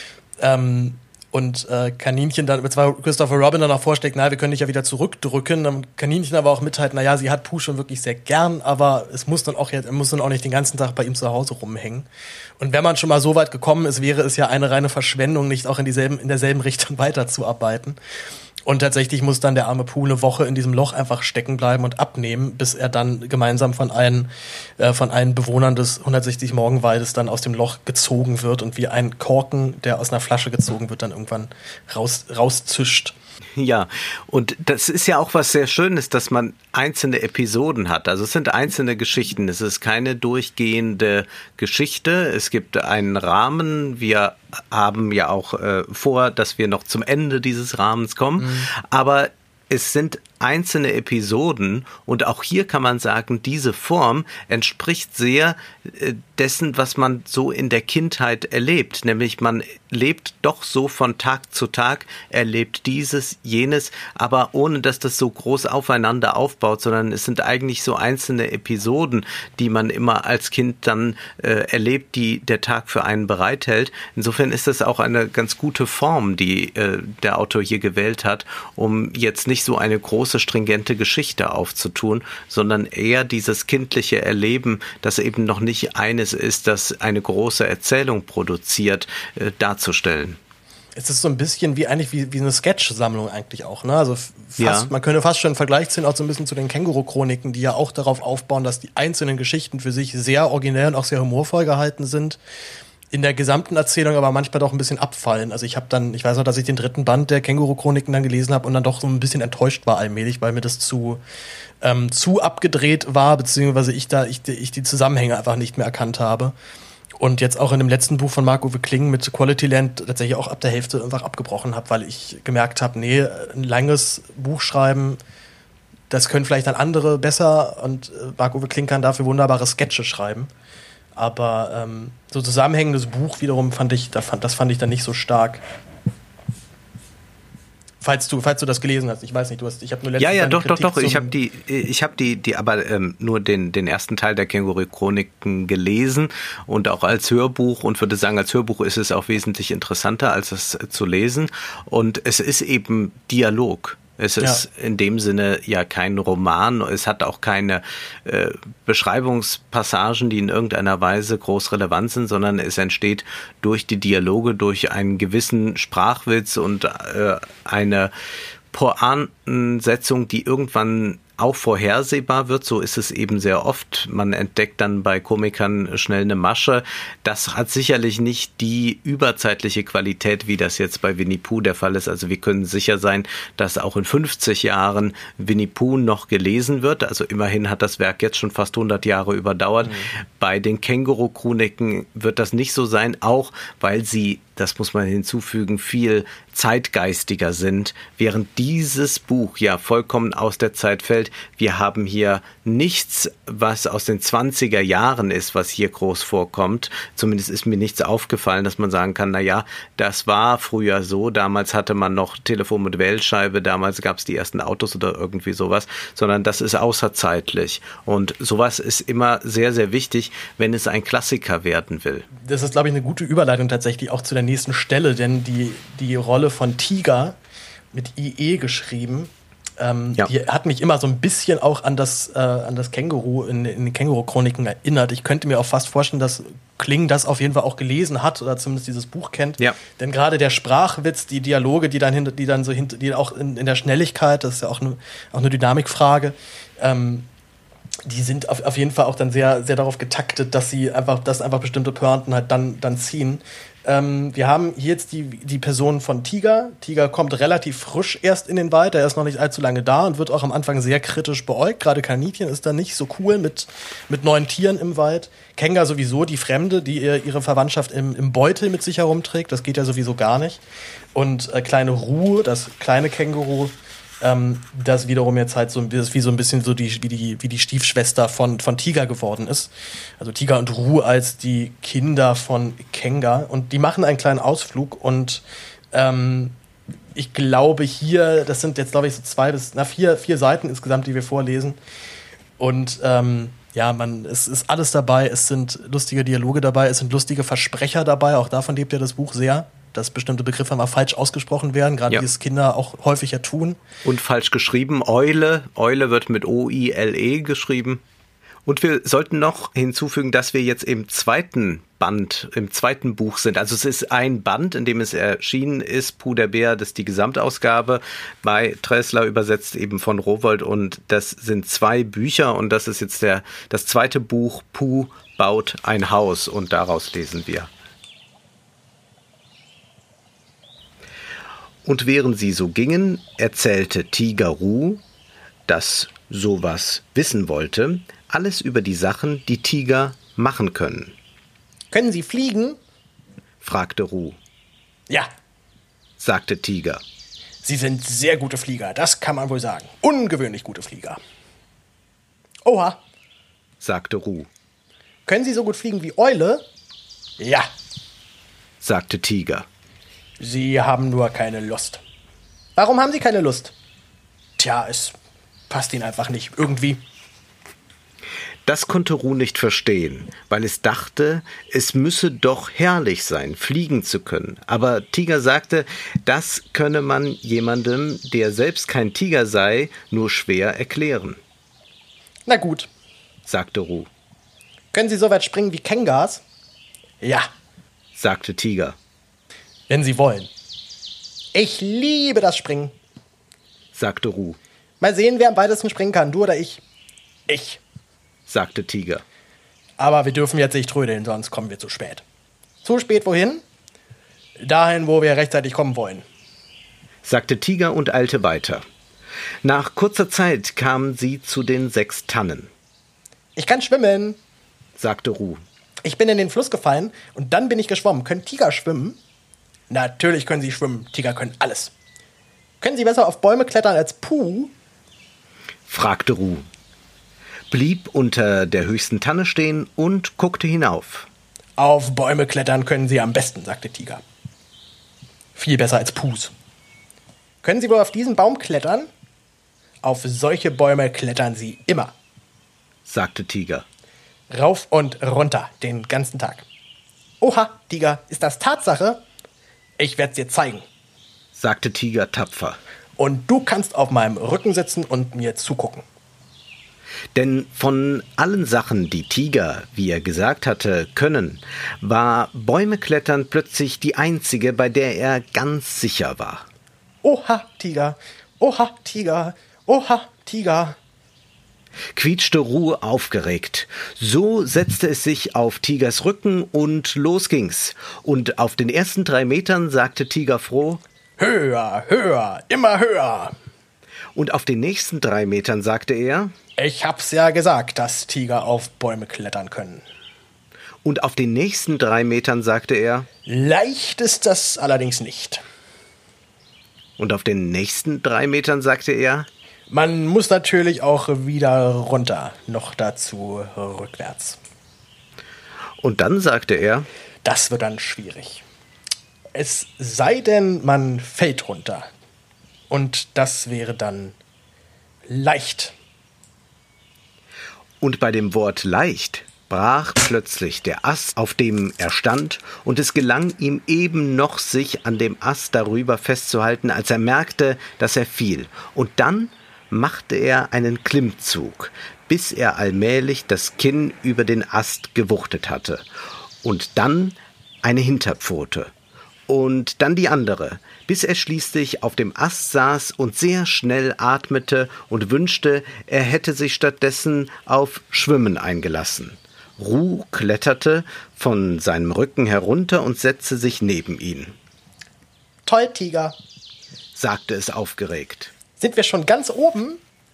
Ähm, und äh, Kaninchen dann, zwar Christopher Robin dann auch vorschlägt, na, wir können dich ja wieder zurückdrücken. Dann Kaninchen aber auch mitteilt, na ja, sie hat Puh schon wirklich sehr gern, aber es muss dann auch jetzt, er muss dann auch nicht den ganzen Tag bei ihm zu Hause rumhängen. Und wenn man schon mal so weit gekommen ist, wäre es ja eine reine Verschwendung, nicht auch in dieselben, in derselben Richtung weiterzuarbeiten. Und tatsächlich muss dann der arme Puh eine Woche in diesem Loch einfach stecken bleiben und abnehmen, bis er dann gemeinsam von einen, äh, von einen Bewohnern des hundertsechzig Morgenwaldes dann aus dem Loch gezogen wird und wie ein Korken, der aus einer Flasche gezogen wird, dann irgendwann raus, rauszischt. Ja, und das ist ja auch was sehr Schönes, dass man einzelne Episoden hat. Also es sind einzelne Geschichten. Es ist keine durchgehende Geschichte. Es gibt einen Rahmen. Wir haben ja auch äh, vor, dass wir noch zum Ende dieses Rahmens kommen. Mhm. Aber es sind einzelne Episoden und auch hier kann man sagen, diese Form entspricht sehr äh, dessen, was man so in der Kindheit erlebt. Nämlich man lebt doch so von Tag zu Tag, erlebt dieses, jenes, aber ohne, dass das so groß aufeinander aufbaut, sondern es sind eigentlich so einzelne Episoden, die man immer als Kind dann äh, erlebt, die der Tag für einen bereithält. Insofern ist das auch eine ganz gute Form, die äh, der Autor hier gewählt hat, um jetzt nicht so eine große stringente Geschichte aufzutun, sondern eher dieses kindliche Erleben, das eben noch nicht eines ist, das eine große Erzählung produziert, äh, darzustellen. Es ist so ein bisschen wie eigentlich wie, wie eine Sketch-Sammlung eigentlich auch, ne? Also fast, ja. Man könnte fast schon einen Vergleich ziehen, auch so ein bisschen zu den Känguru-Chroniken, die ja auch darauf aufbauen, dass die einzelnen Geschichten für sich sehr originell und auch sehr humorvoll gehalten sind. In der gesamten Erzählung aber manchmal doch ein bisschen abfallen. Also ich habe dann, ich weiß noch, dass ich den dritten Band der Känguru-Chroniken dann gelesen habe und dann doch so ein bisschen enttäuscht war allmählich, weil mir das zu ähm, zu abgedreht war, beziehungsweise ich da ich, ich die Zusammenhänge einfach nicht mehr erkannt habe. Und jetzt auch in dem letzten Buch von Marc-Uwe Kling mit Quality Land tatsächlich auch ab der Hälfte einfach abgebrochen habe, weil ich gemerkt habe, nee, ein langes Buch schreiben, das können vielleicht dann andere besser und Marc-Uwe Kling kann dafür wunderbare Sketche schreiben. Aber ähm, so zusammenhängendes Buch wiederum fand ich, das fand, das fand ich dann nicht so stark. Falls du, falls du das gelesen hast, ich weiß nicht, du hast, ich habe nur letztens Ja, ja, doch, Kritik doch, doch. Ich habe die, ich habe die, die, aber ähm, nur den, den ersten Teil der Känguru-Chroniken gelesen und auch als Hörbuch und würde sagen, als Hörbuch ist es auch wesentlich interessanter, als es zu lesen. Und es ist eben Dialog. Es ist ja. in dem Sinne ja kein Roman, es hat auch keine äh, Beschreibungspassagen, die in irgendeiner Weise groß relevant sind, sondern es entsteht durch die Dialoge, durch einen gewissen Sprachwitz und äh, eine Pointensetzung, die irgendwann auch vorhersehbar wird. So ist es eben sehr oft. Man entdeckt dann bei Komikern schnell eine Masche. Das hat sicherlich nicht die überzeitliche Qualität, wie das jetzt bei Winnie Pooh der Fall ist. Also wir können sicher sein, dass auch in fünfzig Jahren Winnie Pooh noch gelesen wird. Also immerhin hat das Werk jetzt schon fast hundert Jahre überdauert. Mhm. Bei den Känguru-Chroniken wird das nicht so sein, auch weil sie, das muss man hinzufügen, viel zeitgeistiger sind, während dieses Buch ja vollkommen aus der Zeit fällt. Wir haben hier nichts, was aus den zwanziger Jahren ist, was hier groß vorkommt. Zumindest ist mir nichts aufgefallen, dass man sagen kann, na ja, das war früher so, damals hatte man noch Telefon mit Wählscheibe, damals gab es die ersten Autos oder irgendwie sowas, sondern das ist außerzeitlich. Und sowas ist immer sehr, sehr wichtig, wenn es ein Klassiker werden will. Das ist, glaube ich, eine gute Überleitung tatsächlich auch zu der nächsten Stelle, denn die, die Rolle von Tiger mit I E geschrieben, ähm, ja. die hat mich immer so ein bisschen auch an das, äh, an das Känguru in, in den Känguru-Chroniken erinnert. Ich könnte mir auch fast vorstellen, dass Kling das auf jeden Fall auch gelesen hat oder zumindest dieses Buch kennt. Ja. Denn gerade der Sprachwitz, die Dialoge, die dann hinter, die dann so hinter, die auch in, in der Schnelligkeit, das ist ja auch eine, auch eine Dynamikfrage, ähm, die sind auf, auf jeden Fall auch dann sehr, sehr darauf getaktet, dass sie einfach, dass einfach bestimmte Pointen halt dann, dann ziehen. Ähm, wir haben hier jetzt die, die Person von Tiger. Tiger kommt relativ frisch erst in den Wald, er ist noch nicht allzu lange da und wird auch am Anfang sehr kritisch beäugt. Gerade Kaninchen ist da nicht so cool mit, mit neuen Tieren im Wald. Kenga sowieso, die Fremde, die ihr, ihre Verwandtschaft im, im Beutel mit sich herumträgt, das geht ja sowieso gar nicht. Und äh, kleine Ruhe, das kleine Känguru, Ähm, das wiederum jetzt halt so wie so ein bisschen so die wie die wie die Stiefschwester von von Tiger geworden ist. Also Tiger und Ru als die Kinder von Kenga, und die machen einen kleinen Ausflug und ähm, ich glaube hier, das sind jetzt glaube ich so zwei bis na vier vier Seiten insgesamt, die wir vorlesen, und ähm, ja, man, es ist alles dabei, es sind lustige Dialoge dabei, es sind lustige Versprecher dabei, auch davon lebt ja das Buch sehr, dass bestimmte Begriffe mal falsch ausgesprochen werden, gerade ja. wie es Kinder auch häufiger tun. Und falsch geschrieben, Eule. Eule wird mit O I L E geschrieben. Und wir sollten noch hinzufügen, dass wir jetzt im zweiten Band, im zweiten Buch sind. Also es ist ein Band, in dem es erschienen ist, Pooh der Bär, das ist die Gesamtausgabe, bei Tresler übersetzt eben von Rowohlt, und das sind zwei Bücher, und das ist jetzt der das zweite Buch, Pooh baut ein Haus, und daraus lesen wir. Und während sie so gingen, erzählte Tiger Ru, das sowas wissen wollte, alles über die Sachen, die Tiger machen können. Können Sie fliegen? Fragte Ru. Ja, sagte Tiger. Sie sind sehr gute Flieger, das kann man wohl sagen. Ungewöhnlich gute Flieger. Oha, sagte Ru. Können Sie so gut fliegen wie Eule? Ja, sagte Tiger. Sie haben nur keine Lust. Warum haben Sie keine Lust? Tja, es passt Ihnen einfach nicht, irgendwie. Das konnte Ru nicht verstehen, weil es dachte, es müsse doch herrlich sein, fliegen zu können. Aber Tiger sagte, das könne man jemandem, der selbst kein Tiger sei, nur schwer erklären. Na gut, sagte Ru. Können Sie so weit springen wie Kengas? Ja, sagte Tiger. Wenn Sie wollen. Ich liebe das Springen, sagte Ru. Mal sehen, wer am weitesten springen kann, du oder ich. Ich, sagte Tiger. Aber wir dürfen jetzt nicht trödeln, sonst kommen wir zu spät. Zu spät wohin? Dahin, wo wir rechtzeitig kommen wollen, sagte Tiger und eilte weiter. Nach kurzer Zeit kamen sie zu den sechs Tannen. Ich kann schwimmen, sagte Ru. Ich bin in den Fluss gefallen und dann bin ich geschwommen. Können Tiger schwimmen? Natürlich können sie schwimmen. Tiger können alles. Können sie besser auf Bäume klettern als Pooh? fragte Ru, blieb unter der höchsten Tanne stehen und guckte hinauf. Auf Bäume klettern können sie am besten, sagte Tiger. Viel besser als Poohs. Können sie wohl auf diesen Baum klettern? Auf solche Bäume klettern sie immer, sagte Tiger. Rauf und runter, den ganzen Tag. Oha, Tiger, ist das Tatsache? Ich werd's dir zeigen, sagte Tiger tapfer. Und du kannst auf meinem Rücken sitzen und mir zugucken. Denn von allen Sachen, die Tiger, wie er gesagt hatte, können, war Bäume klettern plötzlich die einzige, bei der er ganz sicher war. Oha, Tiger, oha, Tiger, oha, Tiger. quietschte Ruhe aufgeregt. So setzte es sich auf Tigers Rücken und los ging's. Und auf den ersten drei Metern sagte Tiger froh: Höher, höher, immer höher. Und auf den nächsten drei Metern sagte er: Ich hab's ja gesagt, dass Tiger auf Bäume klettern können. Und auf den nächsten drei Metern sagte er: Leicht ist das allerdings nicht. Und auf den nächsten drei Metern sagte er: Man muss natürlich auch wieder runter, noch dazu rückwärts. Und dann sagte er: Das wird dann schwierig. Es sei denn, man fällt runter. Und das wäre dann leicht. Und bei dem Wort leicht brach plötzlich der Ast, auf dem er stand, und es gelang ihm eben noch, sich an dem Ast darüber festzuhalten, als er merkte, dass er fiel. Und dann machte er einen Klimmzug, bis er allmählich das Kinn über den Ast gewuchtet hatte. Und dann eine Hinterpfote. Und dann die andere, bis er schließlich auf dem Ast saß und sehr schnell atmete und wünschte, er hätte sich stattdessen auf Schwimmen eingelassen. Ru kletterte von seinem Rücken herunter und setzte sich neben ihn. Toll, Tiger, sagte es aufgeregt. Sind wir schon ganz oben?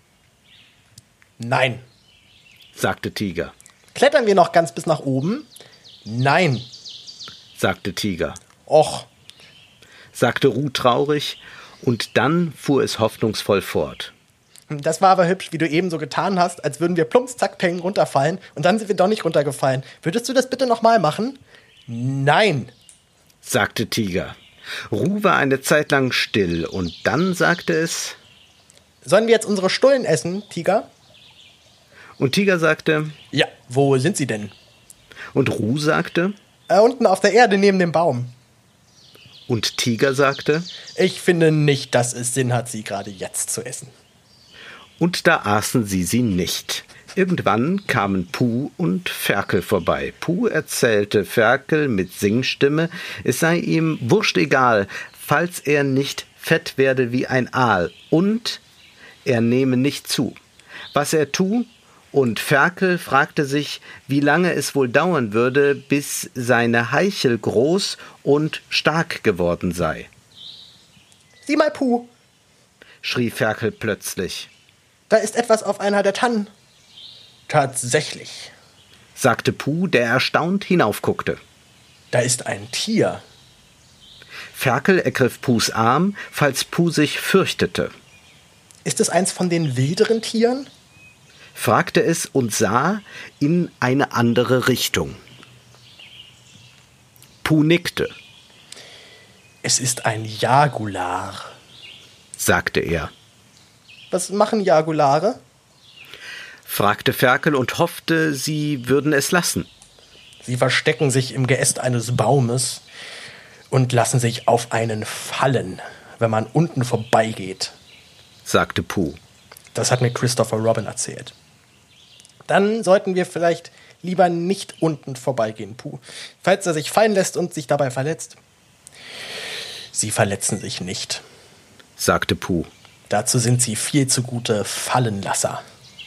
Nein. Sagte Tiger. Klettern wir noch ganz bis nach oben? Nein. Sagte Tiger. Och. Sagte Ru traurig, und dann fuhr es hoffnungsvoll fort. Das war aber hübsch, wie du eben so getan hast, als würden wir plumps, zack, peng, runterfallen, und dann sind wir doch nicht runtergefallen. Würdest du das bitte nochmal machen? Nein. Sagte Tiger. Ru war eine Zeit lang still, und dann sagte es: Sollen wir jetzt unsere Stullen essen, Tiger? Und Tiger sagte: Ja, wo sind sie denn? Und Ru sagte: Äh, unten auf der Erde neben dem Baum. Und Tiger sagte: Ich finde nicht, dass es Sinn hat, sie gerade jetzt zu essen. Und da aßen sie sie nicht. Irgendwann kamen Puh und Ferkel vorbei. Puh erzählte Ferkel mit Singstimme, es sei ihm wurscht egal, falls er nicht fett werde wie ein Aal, und er nehme nicht zu. Was er tu? Und Ferkel fragte sich, wie lange es wohl dauern würde, bis seine Heichel groß und stark geworden sei. Sieh mal, Puh, schrie Ferkel plötzlich. Da ist etwas auf einer der Tannen. Tatsächlich, sagte Puh, der erstaunt hinaufguckte. Da ist ein Tier. Ferkel ergriff Puhs Arm, falls Puh sich fürchtete. Ist es eins von den wilderen Tieren? Fragte es und sah in eine andere Richtung. Puh nickte. Es ist ein Jagular, sagte er. Was machen Jagulare? Fragte Ferkel und hoffte, sie würden es lassen. Sie verstecken sich im Geäst eines Baumes und lassen sich auf einen fallen, wenn man unten vorbeigeht, sagte Puh. Das hat mir Christopher Robin erzählt. Dann sollten wir vielleicht lieber nicht unten vorbeigehen, Puh, falls er sich fallen lässt und sich dabei verletzt. Sie verletzen sich nicht, sagte Puh. Dazu sind sie viel zu gute Fallenlasser.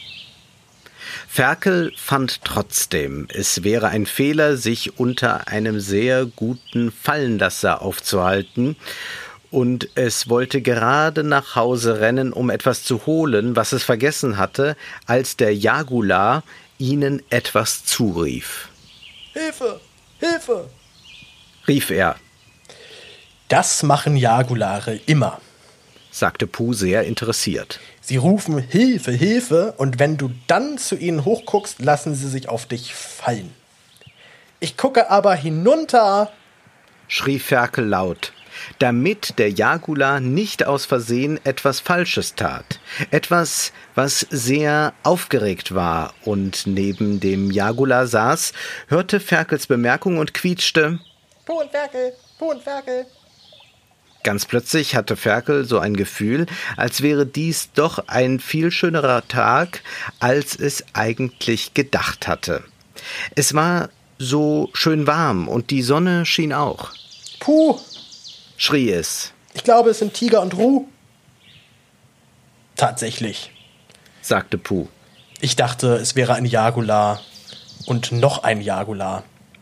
Ferkel fand trotzdem, es wäre ein Fehler, sich unter einem sehr guten Fallenlasser aufzuhalten, und es wollte gerade nach Hause rennen, um etwas zu holen, was es vergessen hatte, als der Jagular ihnen etwas zurief. Hilfe! Hilfe! Rief er. Das machen Jagulare immer, sagte Puh sehr interessiert. Sie rufen Hilfe, Hilfe, und wenn du dann zu ihnen hochguckst, lassen sie sich auf dich fallen. Ich gucke aber hinunter, schrie Ferkel laut, damit der Jagular nicht aus Versehen etwas Falsches tat. Etwas, was sehr aufgeregt war, und neben dem Jagular saß, hörte Ferkels Bemerkung und quietschte: Puh und Ferkel, Puh und Ferkel. Ganz plötzlich hatte Ferkel so ein Gefühl, als wäre dies doch ein viel schönerer Tag, als es eigentlich gedacht hatte. Es war so schön warm und die Sonne schien auch. Puh, schrie es. Ich glaube, es sind Tiger und Ru. Tatsächlich, sagte Puh. Ich dachte, es wäre ein Jagular und noch ein Jagular.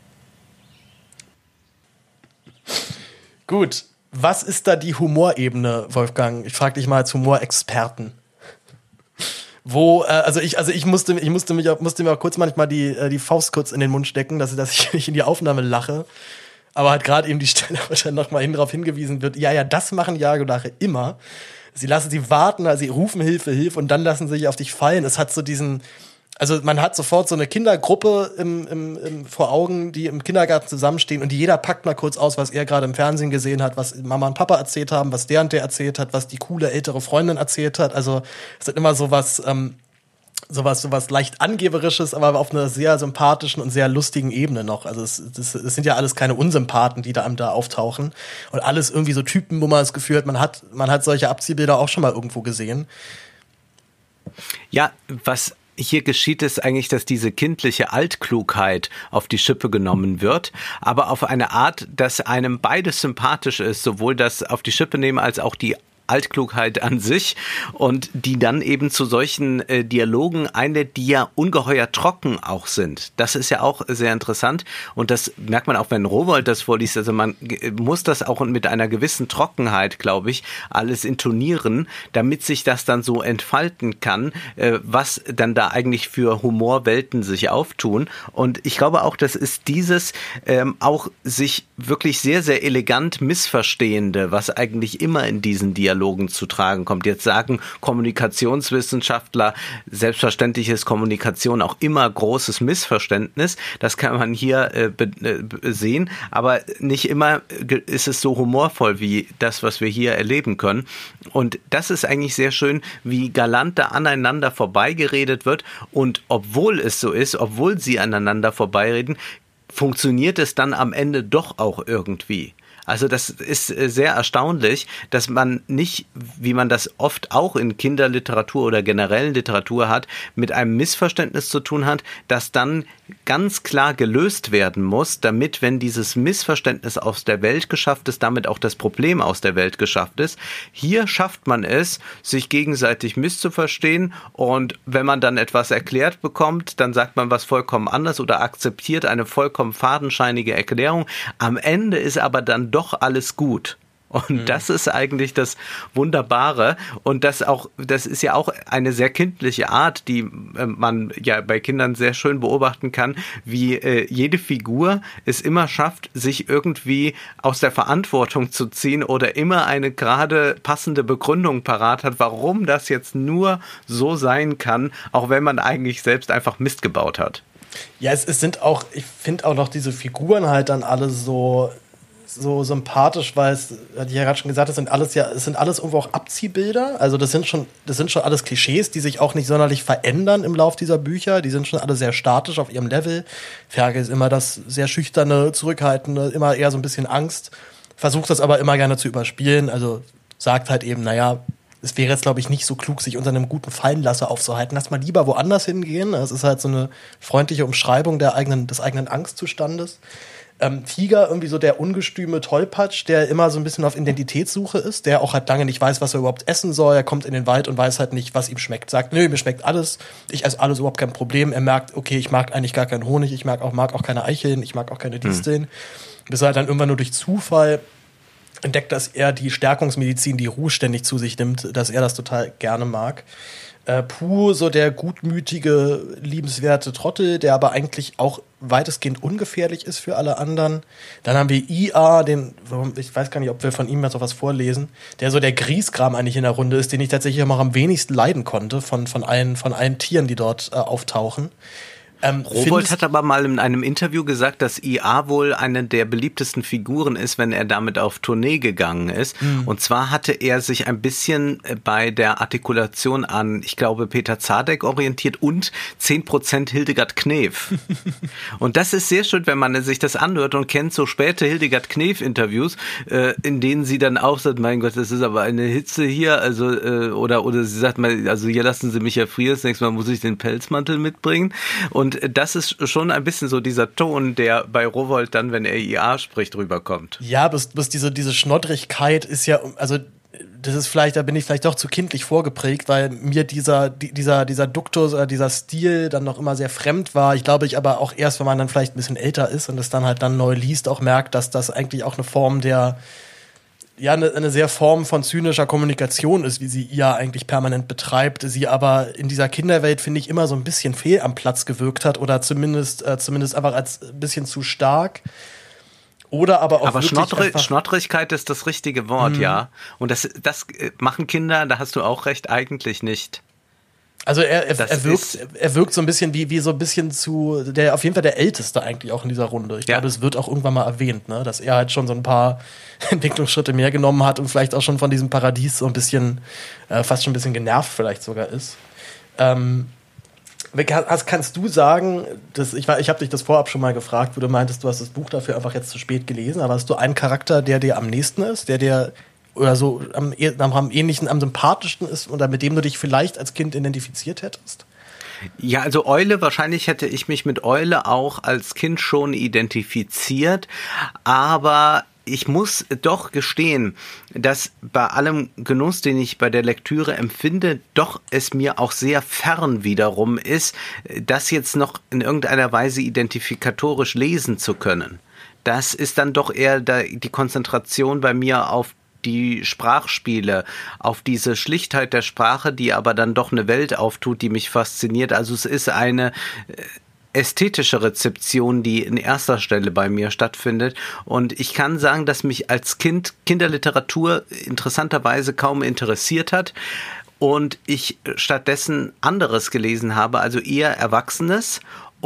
Gut, was ist da die Humorebene, Wolfgang? Ich frage dich mal als Humorexperten. Wo, äh, also ich, also ich musste, ich musste mich, musste mir auch kurz manchmal die, äh, die Faust kurz in den Mund stecken, dass, dass ich nicht in die Aufnahme lache. Aber halt gerade eben die Stelle, wo dann nochmal hin darauf hingewiesen wird, ja, ja, das machen Jaguare immer. Sie lassen sie warten, also sie rufen Hilfe, Hilfe und dann lassen sie sich auf dich fallen. Es hat so diesen, also man hat sofort so eine Kindergruppe im, im, im, vor Augen, die im Kindergarten zusammenstehen und jeder packt mal kurz aus, was er gerade im Fernsehen gesehen hat, was Mama und Papa erzählt haben, was der und der erzählt hat, was die coole ältere Freundin erzählt hat. Also es hat immer sowas, ähm, sowas, sowas leicht Angeberisches, aber auf einer sehr sympathischen und sehr lustigen Ebene noch. Also es, das, es sind ja alles keine Unsympathen, die da, da auftauchen. Und alles irgendwie so Typen, wo man das Gefühl hat, man hat, man hat solche Abziehbilder auch schon mal irgendwo gesehen. Ja, was hier geschieht, ist eigentlich, dass diese kindliche Altklugheit auf die Schippe genommen wird, aber auf eine Art, dass einem beides sympathisch ist, sowohl das auf die Schippe nehmen als auch die Altklugheit an sich und die dann eben zu solchen äh, Dialogen einlädt, die ja ungeheuer trocken auch sind. Das ist ja auch sehr interessant und das merkt man auch, wenn Rowohlt das vorliest. Also man g- muss das auch mit einer gewissen Trockenheit, glaube ich, alles intonieren, damit sich das dann so entfalten kann, äh, was dann da eigentlich für Humorwelten sich auftun. Und ich glaube auch, das ist dieses ähm, auch sich wirklich sehr, sehr elegant Missverstehende, was eigentlich immer in diesen Dialogen Dialogen zu tragen kommt. Jetzt sagen Kommunikationswissenschaftler, selbstverständlich ist Kommunikation auch immer großes Missverständnis. Das kann man hier äh, be- äh, sehen, aber nicht immer ist es so humorvoll wie das, was wir hier erleben können. Und das ist eigentlich sehr schön, wie galant da aneinander vorbeigeredet wird. Und obwohl es so ist, obwohl sie aneinander vorbeireden, funktioniert es dann am Ende doch auch irgendwie. Also das ist sehr erstaunlich, dass man nicht, wie man das oft auch in Kinderliteratur oder generellen Literatur hat, mit einem Missverständnis zu tun hat, das dann ganz klar gelöst werden muss, damit, wenn dieses Missverständnis aus der Welt geschafft ist, damit auch das Problem aus der Welt geschafft ist. Hier schafft man es, sich gegenseitig misszuverstehen und wenn man dann etwas erklärt bekommt, dann sagt man was vollkommen anders oder akzeptiert eine vollkommen fadenscheinige Erklärung. Am Ende ist aber dann doch alles gut. Und mhm. das ist eigentlich das Wunderbare. Und das auch, das ist ja auch eine sehr kindliche Art, die äh, man ja bei Kindern sehr schön beobachten kann, wie äh, jede Figur es immer schafft, sich irgendwie aus der Verantwortung zu ziehen oder immer eine gerade passende Begründung parat hat, warum das jetzt nur so sein kann, auch wenn man eigentlich selbst einfach Mist gebaut hat. Ja, es, es sind auch, ich finde auch noch diese Figuren halt dann alle so so sympathisch, weil es, hatte ich ja gerade schon gesagt, das sind alles ja, es sind alles irgendwo auch Abziehbilder. Also das sind schon, das sind schon alles Klischees, die sich auch nicht sonderlich verändern im Lauf dieser Bücher. Die sind schon alle sehr statisch auf ihrem Level. Ferge ist immer das sehr schüchterne, zurückhaltende, immer eher so ein bisschen Angst. Versucht das aber immer gerne zu überspielen. Also sagt halt eben, naja, es wäre jetzt, glaube ich, nicht so klug, sich unter einem guten Fallenlasser aufzuhalten. Lass mal lieber woanders hingehen. Es ist halt so eine freundliche Umschreibung der eigenen, des eigenen Angstzustandes. Ähm, Tiger, irgendwie so der ungestüme Tollpatsch, der immer so ein bisschen auf Identitätssuche ist, der auch halt lange nicht weiß, was er überhaupt essen soll. Er kommt in den Wald und weiß halt nicht, was ihm schmeckt. Sagt, nö, mir schmeckt alles. Ich esse alles, überhaupt kein Problem. Er merkt, okay, ich mag eigentlich gar keinen Honig. Ich mag auch, mag auch keine Eicheln. Ich mag auch keine Disteln. Mhm. Bis er halt dann irgendwann nur durch Zufall entdeckt, dass er die Stärkungsmedizin, die Ruhe ständig zu sich nimmt, dass er das total gerne mag. Äh, Puh, so der gutmütige, liebenswerte Trottel, der aber eigentlich auch weitestgehend ungefährlich ist für alle anderen. Dann haben wir I A, den, ich weiß gar nicht, ob wir von ihm jetzt noch was vorlesen, der so der Griesgram eigentlich in der Runde ist, den ich tatsächlich auch am wenigsten leiden konnte von, von, allen, von allen Tieren, die dort äh, auftauchen. Ähm, Rowohlt hat aber mal in einem Interview gesagt, dass I A wohl eine der beliebtesten Figuren ist, wenn er damit auf Tournee gegangen ist. Mhm. Und zwar hatte er sich ein bisschen bei der Artikulation an, ich glaube, Peter Zadek orientiert und zehn Prozent Hildegard Knef. Und das ist sehr schön, wenn man sich das anhört und kennt so späte Hildegard Knef-Interviews, äh, in denen sie dann auch sagt, mein Gott, das ist aber eine Hitze hier, also äh, oder oder sie sagt mal, also hier lassen Sie mich erfrieren, das nächste Mal muss ich den Pelzmantel mitbringen. Und das ist schon ein bisschen so dieser Ton, der bei Rowohlt dann, wenn er I A spricht, rüberkommt. Ja, bis, bis diese, diese Schnoddrigkeit ist ja, also das ist vielleicht, da bin ich vielleicht doch zu kindlich vorgeprägt, weil mir dieser, dieser, dieser Duktus oder dieser Stil dann noch immer sehr fremd war. Ich glaube, ich aber auch erst, wenn man dann vielleicht ein bisschen älter ist und es dann halt dann neu liest, auch merkt, dass das eigentlich auch eine Form der, ja, eine, eine sehr Form von zynischer Kommunikation ist, wie sie ihr eigentlich permanent betreibt, sie aber in dieser Kinderwelt, finde ich, immer so ein bisschen fehl am Platz gewirkt hat oder zumindest, äh, zumindest einfach als ein bisschen zu stark. Oder aber auch aber Schnottri- Schnottrigkeit ist das richtige Wort, mhm. ja. Und das, das machen Kinder, da hast du auch recht, eigentlich nicht. Also er, er, er, wirkt, er wirkt so ein bisschen wie, wie so ein bisschen zu, der auf jeden Fall der Älteste eigentlich auch in dieser Runde. Ich ja. glaube, es wird auch irgendwann mal erwähnt, ne, dass er halt schon so ein paar Entwicklungsschritte mehr genommen hat und vielleicht auch schon von diesem Paradies so ein bisschen, äh, fast schon ein bisschen genervt vielleicht sogar ist. Ähm, Was kannst du sagen, dass, ich, ich habe dich das vorab schon mal gefragt, wo du meintest, du hast das Buch dafür einfach jetzt zu spät gelesen, aber hast du einen Charakter, der dir am nächsten ist, der dir oder so am, am ähnlichen, am sympathischsten ist oder mit dem du dich vielleicht als Kind identifiziert hättest? Ja, also Eule, wahrscheinlich hätte ich mich mit Eule auch als Kind schon identifiziert, aber ich muss doch gestehen, dass bei allem Genuss, den ich bei der Lektüre empfinde, doch es mir auch sehr fern wiederum ist, das jetzt noch in irgendeiner Weise identifikatorisch lesen zu können. Das ist dann doch eher die Konzentration bei mir auf die Sprachspiele, auf diese Schlichtheit der Sprache, die aber dann doch eine Welt auftut, die mich fasziniert. Also es ist eine ästhetische Rezeption, die in erster Stelle bei mir stattfindet. Und ich kann sagen, dass mich als Kind Kinderliteratur interessanterweise kaum interessiert hat und ich stattdessen anderes gelesen habe, also eher Erwachsenes.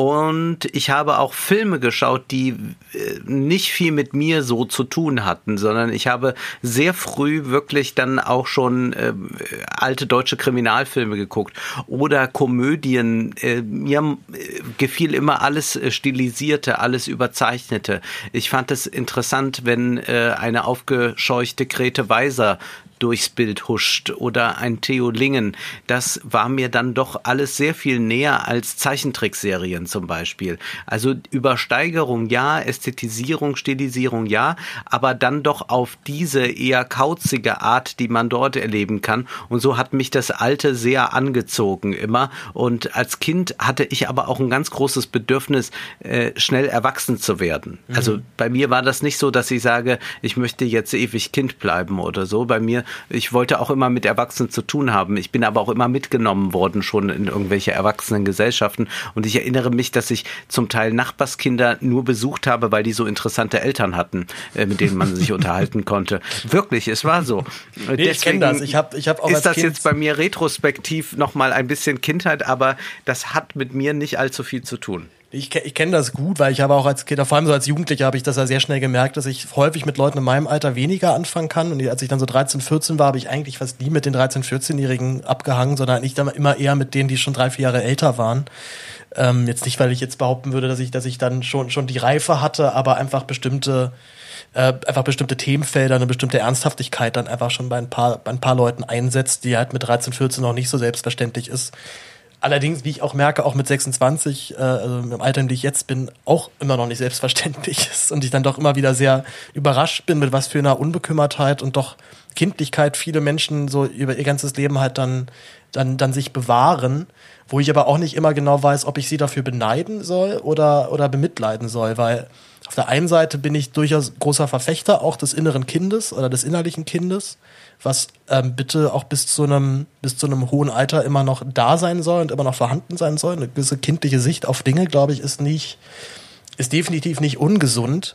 Und ich habe auch Filme geschaut, die nicht viel mit mir so zu tun hatten, sondern ich habe sehr früh wirklich dann auch schon äh, alte deutsche Kriminalfilme geguckt oder Komödien. Äh, mir gefiel immer alles Stilisierte, alles Überzeichnete. Ich fand es interessant, wenn äh, eine aufgescheuchte Grete Weiser durchs Bild huscht oder ein Theo Lingen. Das war mir dann doch alles sehr viel näher als Zeichentrickserien zum Beispiel. Also Übersteigerung ja, Ästhetisierung, Stilisierung ja, aber dann doch auf diese eher kauzige Art, die man dort erleben kann. Und so hat mich das Alte sehr angezogen immer. Und als Kind hatte ich aber auch ein ganz großes Bedürfnis, äh, schnell erwachsen zu werden. Mhm. Also bei mir war das nicht so, dass ich sage, ich möchte jetzt ewig Kind bleiben oder so. Bei mir Ich wollte auch immer mit Erwachsenen zu tun haben. Ich bin aber auch immer mitgenommen worden schon in irgendwelche Erwachsenengesellschaften. Und ich erinnere mich, dass ich zum Teil Nachbarskinder nur besucht habe, weil die so interessante Eltern hatten, mit denen man sich unterhalten konnte. Wirklich, es war so. Nee, Deswegen ich kenne das. Ich hab, ich hab auch ist das kind jetzt bei mir retrospektiv nochmal ein bisschen Kindheit, aber das hat mit mir nicht allzu viel zu tun. Ich, ich kenne das gut, weil ich habe auch als Kind, vor allem so als Jugendlicher, habe ich das ja sehr schnell gemerkt, dass ich häufig mit Leuten in meinem Alter weniger anfangen kann. Und als ich dann so dreizehn, vierzehn war, habe ich eigentlich fast nie mit den dreizehn-, vierzehnjährigen abgehangen, sondern ich dann immer eher mit denen, die schon drei, vier Jahre älter waren. Ähm, jetzt nicht, weil ich jetzt behaupten würde, dass ich, dass ich dann schon, schon die Reife hatte, aber einfach bestimmte, äh, einfach bestimmte Themenfelder, eine bestimmte Ernsthaftigkeit dann einfach schon bei ein paar, bei ein paar Leuten einsetzt, die halt mit dreizehn, vierzehn noch nicht so selbstverständlich ist. Allerdings, wie ich auch merke, auch mit sechsundzwanzig, äh, also im Alter, in dem ich jetzt bin, auch immer noch nicht selbstverständlich ist und ich dann doch immer wieder sehr überrascht bin, mit was für einer Unbekümmertheit und doch Kindlichkeit viele Menschen so über ihr ganzes Leben halt dann, dann, dann sich bewahren, wo ich aber auch nicht immer genau weiß, ob ich sie dafür beneiden soll oder, oder bemitleiden soll, weil auf der einen Seite bin ich durchaus großer Verfechter auch des inneren Kindes oder des innerlichen Kindes, was ähm, bitte auch bis zu einem bis zu einem hohen Alter immer noch da sein soll und immer noch vorhanden sein soll. Eine gewisse kindliche Sicht auf Dinge, glaube ich, ist nicht, ist definitiv nicht ungesund.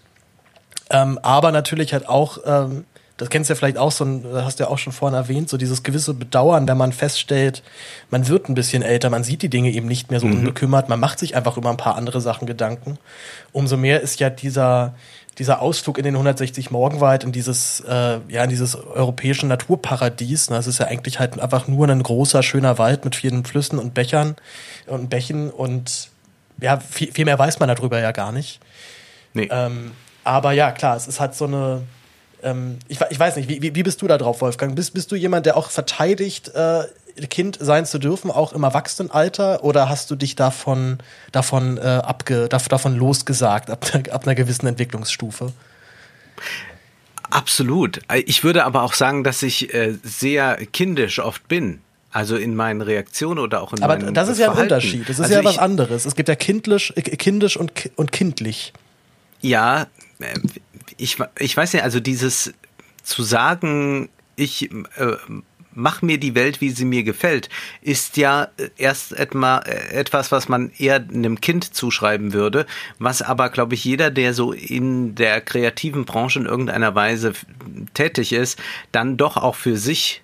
Ähm, aber natürlich halt auch, ähm, das kennst du ja vielleicht auch, so ein, hast du ja auch schon vorhin erwähnt, so dieses gewisse Bedauern, wenn man feststellt, man wird ein bisschen älter, man sieht die Dinge eben nicht mehr so mhm. unbekümmert, man macht sich einfach über ein paar andere Sachen Gedanken. Umso mehr ist ja dieser dieser Ausflug in den hundertsechzig Morgenwald, in dieses, äh, ja, in dieses europäische Naturparadies. Ne? Das ist ja eigentlich halt einfach nur ein großer, schöner Wald mit vielen Flüssen und Bächern und Bächen und ja, viel, viel mehr weiß man darüber ja gar nicht. Nee. Ähm, aber ja, klar, es ist halt so eine, ähm, ich, ich weiß nicht, wie, wie bist du da drauf, Wolfgang? Bist, bist du jemand, der auch verteidigt, äh, Kind sein zu dürfen, auch im Erwachsenenalter, oder hast du dich davon, davon, äh, abge, davon losgesagt, ab, ab einer gewissen Entwicklungsstufe? Absolut. Ich würde aber auch sagen, dass ich äh, sehr kindisch oft bin. Also in meinen Reaktionen oder auch in aber meinen Aber das ist Verhalten. Ja ein Unterschied. Das ist also ja ich, was anderes. Es gibt ja kindlich, kindisch und, und kindlich. Ja, ich, ich weiß nicht, also dieses zu sagen, ich äh, mach mir die Welt, wie sie mir gefällt, ist ja erst etwa etwas, was man eher einem Kind zuschreiben würde, was aber, glaube ich, jeder, der so in der kreativen Branche in irgendeiner Weise tätig ist, dann doch auch für sich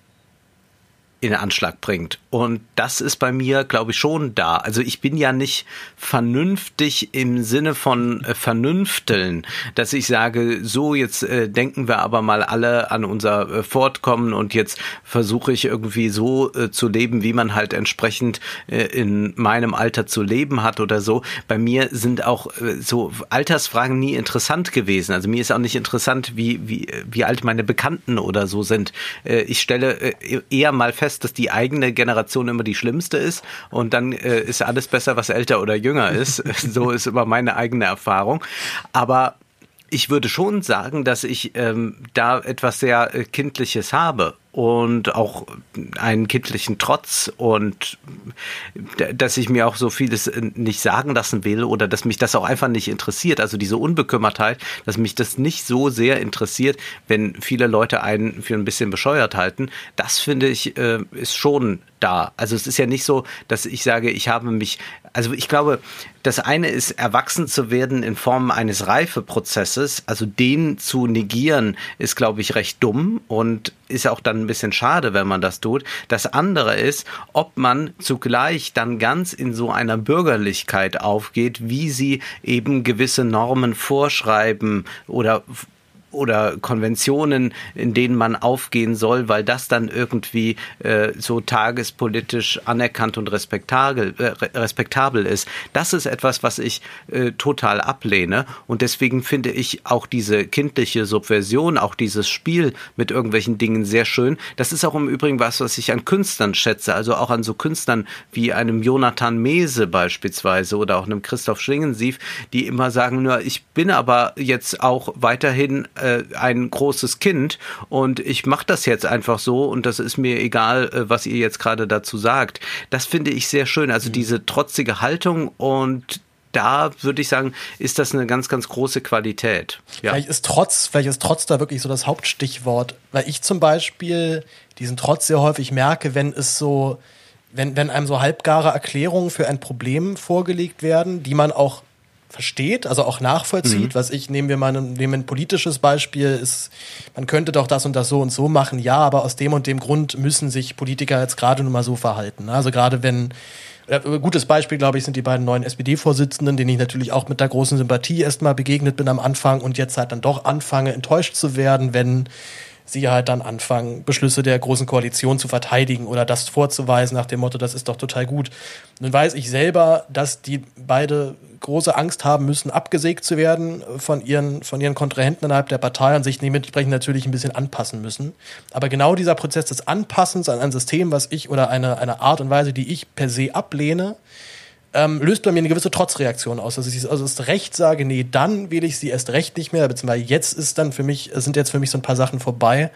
in Anschlag bringt. Und das ist bei mir, glaube ich, schon da. Also ich bin ja nicht vernünftig im Sinne von äh, vernünfteln, dass ich sage, so jetzt äh, denken wir aber mal alle an unser äh, Fortkommen und jetzt versuche ich irgendwie so äh, zu leben, wie man halt entsprechend äh, in meinem Alter zu leben hat oder so. Bei mir sind auch äh, so Altersfragen nie interessant gewesen. Also mir ist auch nicht interessant, wie, wie, wie alt meine Bekannten oder so sind. Äh, ich stelle äh, eher mal fest, dass die eigene Generation immer die schlimmste ist und dann äh, ist alles besser, was älter oder jünger ist. So ist immer meine eigene Erfahrung. Aber ich würde schon sagen, dass ich ähm, da etwas sehr äh, Kindliches habe und auch einen kindlichen Trotz und d- dass ich mir auch so vieles nicht sagen lassen will oder dass mich das auch einfach nicht interessiert. Also diese Unbekümmertheit, dass mich das nicht so sehr interessiert, wenn viele Leute einen für ein bisschen bescheuert halten. Das finde ich, äh, ist schon da. Also es ist ja nicht so, dass ich sage, ich habe mich, also ich glaube, das eine ist, erwachsen zu werden in Form eines Reifeprozesses, also den zu negieren, ist, glaube ich, recht dumm und ist auch dann ein bisschen schade, wenn man das tut. Das andere ist, ob man zugleich dann ganz in so einer Bürgerlichkeit aufgeht, wie sie eben gewisse Normen vorschreiben oder oder Konventionen, in denen man aufgehen soll, weil das dann irgendwie äh, so tagespolitisch anerkannt und respektabel, äh, respektabel ist. Das ist etwas, was ich äh, total ablehne und deswegen finde ich auch diese kindliche Subversion, auch dieses Spiel mit irgendwelchen Dingen sehr schön. Das ist auch im Übrigen was, was ich an Künstlern schätze, also auch an so Künstlern wie einem Jonathan Mese beispielsweise oder auch einem Christoph Schlingensief, die immer sagen, nur ich bin aber jetzt auch weiterhin ein großes Kind und ich mache das jetzt einfach so und das ist mir egal, was ihr jetzt gerade dazu sagt. Das finde ich sehr schön, also diese trotzige Haltung und da würde ich sagen, ist das eine ganz, ganz große Qualität. Ja. Vielleicht ist Trotz, vielleicht ist Trotz da wirklich so das Hauptstichwort, weil ich zum Beispiel diesen Trotz sehr häufig merke, wenn es so, wenn, wenn einem so halbgare Erklärungen für ein Problem vorgelegt werden, die man auch versteht, also auch nachvollzieht, mhm. was ich, nehmen wir mal ein, nehmen ein politisches Beispiel, ist, man könnte doch das und das so und so machen, ja, aber aus dem und dem Grund müssen sich Politiker jetzt gerade nun mal so verhalten. Also gerade wenn, ein gutes Beispiel, glaube ich, sind die beiden neuen S P D-Vorsitzenden, denen ich natürlich auch mit der großen Sympathie erstmal begegnet bin am Anfang und jetzt halt dann doch anfange, enttäuscht zu werden, wenn sie halt dann anfangen, Beschlüsse der Großen Koalition zu verteidigen oder das vorzuweisen nach dem Motto, das ist doch total gut. Nun weiß ich selber, dass die beide große Angst haben müssen, abgesägt zu werden von ihren, von ihren Kontrahenten innerhalb der Partei und sich dementsprechend natürlich ein bisschen anpassen müssen. Aber genau dieser Prozess des Anpassens an ein System, was ich oder eine, eine Art und Weise, die ich per se ablehne, Ähm, löst bei mir eine gewisse Trotzreaktion aus. Dass ich also erst recht sage, nee, dann wähle ich sie erst recht nicht mehr, beziehungsweise jetzt ist dann für mich, sind jetzt für mich so ein paar Sachen vorbei.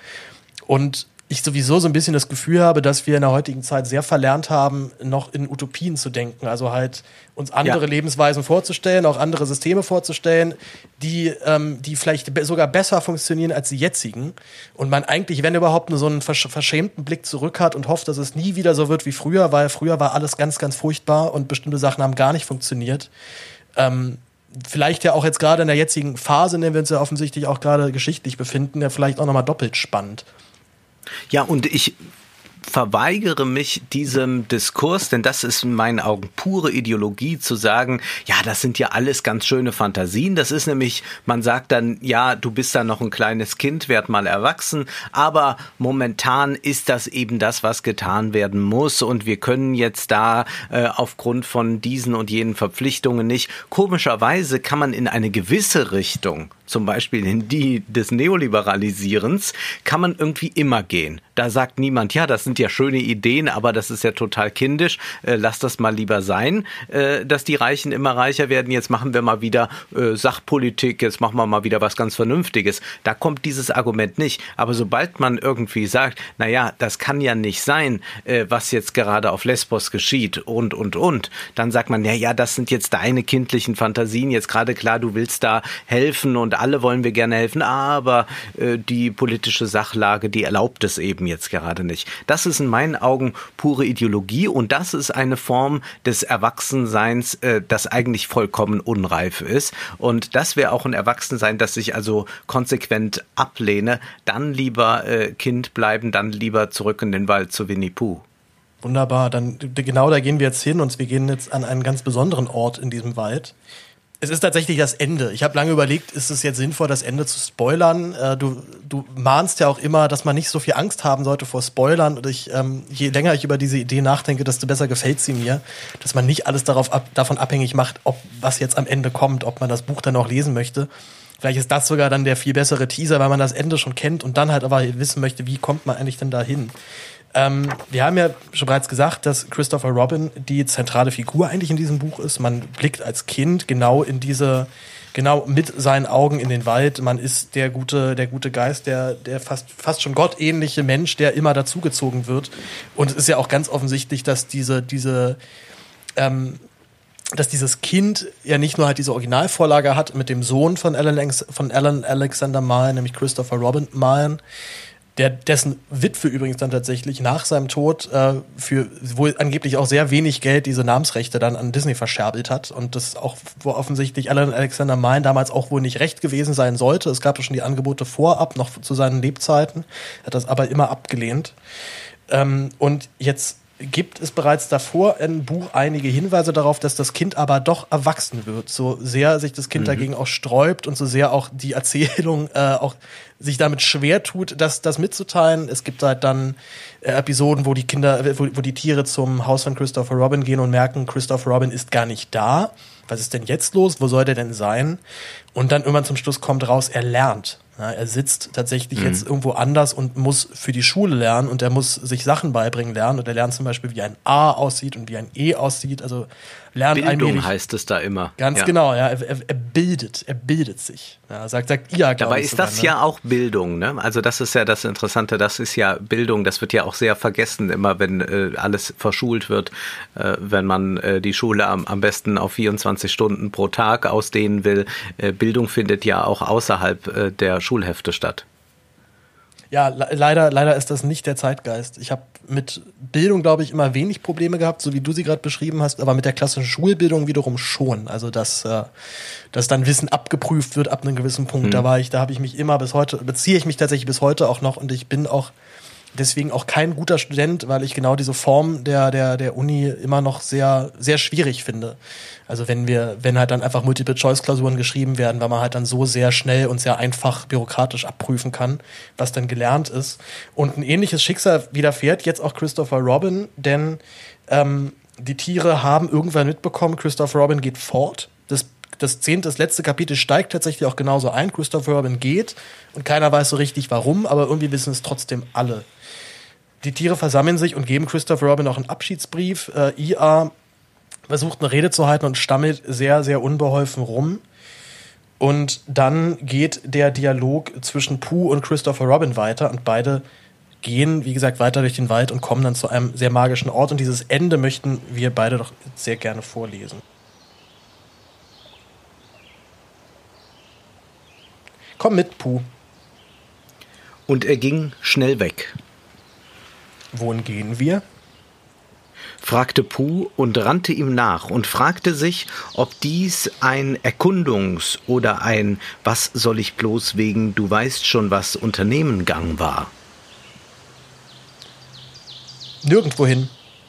Und ich sowieso so ein bisschen das Gefühl habe, dass wir in der heutigen Zeit sehr verlernt haben, noch in Utopien zu denken. Also halt uns andere ja. Lebensweisen vorzustellen, auch andere Systeme vorzustellen, die, ähm, die vielleicht be- sogar besser funktionieren als die jetzigen. Und man eigentlich, wenn überhaupt, nur so einen versch- verschämten Blick zurück hat und hofft, dass es nie wieder so wird wie früher, weil früher war alles ganz, ganz furchtbar und bestimmte Sachen haben gar nicht funktioniert. Ähm, vielleicht ja auch jetzt gerade in der jetzigen Phase, in der wir uns ja offensichtlich auch gerade geschichtlich befinden, ja vielleicht auch nochmal doppelt spannend. Ja, und ich verweigere mich diesem Diskurs, denn das ist in meinen Augen pure Ideologie, zu sagen, ja, das sind ja alles ganz schöne Fantasien. Das ist nämlich, man sagt dann, ja, du bist dann noch ein kleines Kind, werd mal erwachsen, aber momentan ist das eben das, was getan werden muss und wir können jetzt da äh, aufgrund von diesen und jenen Verpflichtungen nicht. Komischerweise kann man in eine gewisse Richtung zum Beispiel in die des Neoliberalisierens, kann man irgendwie immer gehen. Da sagt niemand, ja, das sind ja schöne Ideen, aber das ist ja total kindisch, äh, lass das mal lieber sein, äh, dass die Reichen immer reicher werden, jetzt machen wir mal wieder äh, Sachpolitik, jetzt machen wir mal wieder was ganz Vernünftiges. Da kommt dieses Argument nicht. Aber sobald man irgendwie sagt, naja, das kann ja nicht sein, äh, was jetzt gerade auf Lesbos geschieht und, und, und, dann sagt man, ja, ja, das sind jetzt deine kindlichen Fantasien, jetzt gerade klar, du willst da helfen und alle wollen wir gerne helfen, aber äh, die politische Sachlage, die erlaubt es eben jetzt gerade nicht. Das ist in meinen Augen pure Ideologie und das ist eine Form des Erwachsenseins, äh, das eigentlich vollkommen unreif ist. Und das wäre auch ein Erwachsensein, das ich also konsequent ablehne. Dann lieber äh, Kind bleiben, dann lieber zurück in den Wald zu Winnie Pooh. Wunderbar, dann genau da gehen wir jetzt hin und wir gehen jetzt an einen ganz besonderen Ort in diesem Wald. Es ist tatsächlich das Ende. Ich habe lange überlegt, ist es jetzt sinnvoll, das Ende zu spoilern? Äh, du, du mahnst ja auch immer, dass man nicht so viel Angst haben sollte vor Spoilern. Und ich, ähm, je länger ich über diese Idee nachdenke, desto besser gefällt sie mir. Dass man nicht alles darauf ab, davon abhängig macht, ob was jetzt am Ende kommt, ob man das Buch dann auch lesen möchte. Vielleicht ist das sogar dann der viel bessere Teaser, weil man das Ende schon kennt und dann halt aber wissen möchte, wie kommt man eigentlich denn da hin? Ähm, wir haben ja schon bereits gesagt, dass Christopher Robin die zentrale Figur eigentlich in diesem Buch ist. Man blickt als Kind genau in diese, genau mit seinen Augen in den Wald. Man ist der gute, der gute Geist, der, der fast, fast schon gottähnliche Mensch, der immer dazugezogen wird. Und es ist ja auch ganz offensichtlich, dass diese, diese, ähm, dass dieses Kind ja nicht nur halt diese Originalvorlage hat mit dem Sohn von Alan, von Alan Alexander Milne, nämlich Christopher Robin Milne, der dessen Witwe übrigens dann tatsächlich nach seinem Tod äh, für wohl angeblich auch sehr wenig Geld diese Namensrechte dann an Disney verscherbelt hat und das auch wo offensichtlich Alan Alexander Milne damals auch wohl nicht recht gewesen sein sollte. Es gab ja schon die Angebote vorab, noch zu seinen Lebzeiten, hat das aber immer abgelehnt. Ähm, und jetzt gibt es bereits davor im Buch einige Hinweise darauf, dass das Kind aber doch erwachsen wird, so sehr sich das Kind mhm. dagegen auch sträubt und so sehr auch die Erzählung äh, auch sich damit schwer tut, das, das mitzuteilen. Es gibt halt dann äh, Episoden, wo die Kinder, wo, wo die Tiere zum Haus von Christopher Robin gehen und merken, Christopher Robin ist gar nicht da. Was ist denn jetzt los? Wo soll der denn sein? Und dann irgendwann zum Schluss kommt raus, er lernt. Ja, er sitzt tatsächlich mhm. jetzt irgendwo anders und muss für die Schule lernen und er muss sich Sachen beibringen lernen und er lernt zum Beispiel, wie ein A aussieht und wie ein E aussieht, also lernt Bildung allmählich, heißt es da immer. Ganz ja. genau, ja, er, er bildet, er bildet sich. Ja, sagt, sagt ihr, Dabei ist sogar, das ne? ja auch Bildung, ne? Also das ist ja das Interessante, das ist ja Bildung, das wird ja auch sehr vergessen, immer wenn äh, alles verschult wird, äh, wenn man äh, die Schule am, am besten auf vierundzwanzig Stunden pro Tag ausdehnen will. Äh, Bildung findet ja auch außerhalb äh, der Schulhefte statt. Ja, le- leider, leider ist das nicht der Zeitgeist. Ich habe mit Bildung, glaube ich, immer wenig Probleme gehabt, so wie du sie gerade beschrieben hast, aber mit der klassischen Schulbildung wiederum schon. Also, dass, äh, dass dann Wissen abgeprüft wird ab einem gewissen Punkt. Mhm. Da war ich, da habe ich mich immer bis heute, beziehe ich mich tatsächlich bis heute auch noch und ich bin auch deswegen auch kein guter Student, weil ich genau diese Form der, der, der Uni immer noch sehr, sehr schwierig finde. Also wenn wir, wenn halt dann einfach Multiple-Choice-Klausuren geschrieben werden, weil man halt dann so sehr schnell und sehr einfach bürokratisch abprüfen kann, was dann gelernt ist. Und ein ähnliches Schicksal widerfährt jetzt auch Christopher Robin, denn ähm, die Tiere haben irgendwann mitbekommen, Christopher Robin geht fort. Das Das zehnte, das letzte Kapitel steigt tatsächlich auch genauso ein. Christopher Robin geht und keiner weiß so richtig warum, aber irgendwie wissen es trotzdem alle. Die Tiere versammeln sich und geben Christopher Robin auch einen Abschiedsbrief. Äh, I A versucht eine Rede zu halten und stammelt sehr, sehr unbeholfen rum. Und dann geht der Dialog zwischen Pooh und Christopher Robin weiter und beide gehen, wie gesagt, weiter durch den Wald und kommen dann zu einem sehr magischen Ort. Und dieses Ende möchten wir beide doch sehr gerne vorlesen. Komm mit, Pooh. Und er ging schnell weg. Wohin gehen wir? Fragte Pooh und rannte ihm nach und fragte sich, ob dies ein Erkundungs- oder ein Was soll ich bloß wegen, du weißt schon was, Unternehmengang war. Nirgendwohin,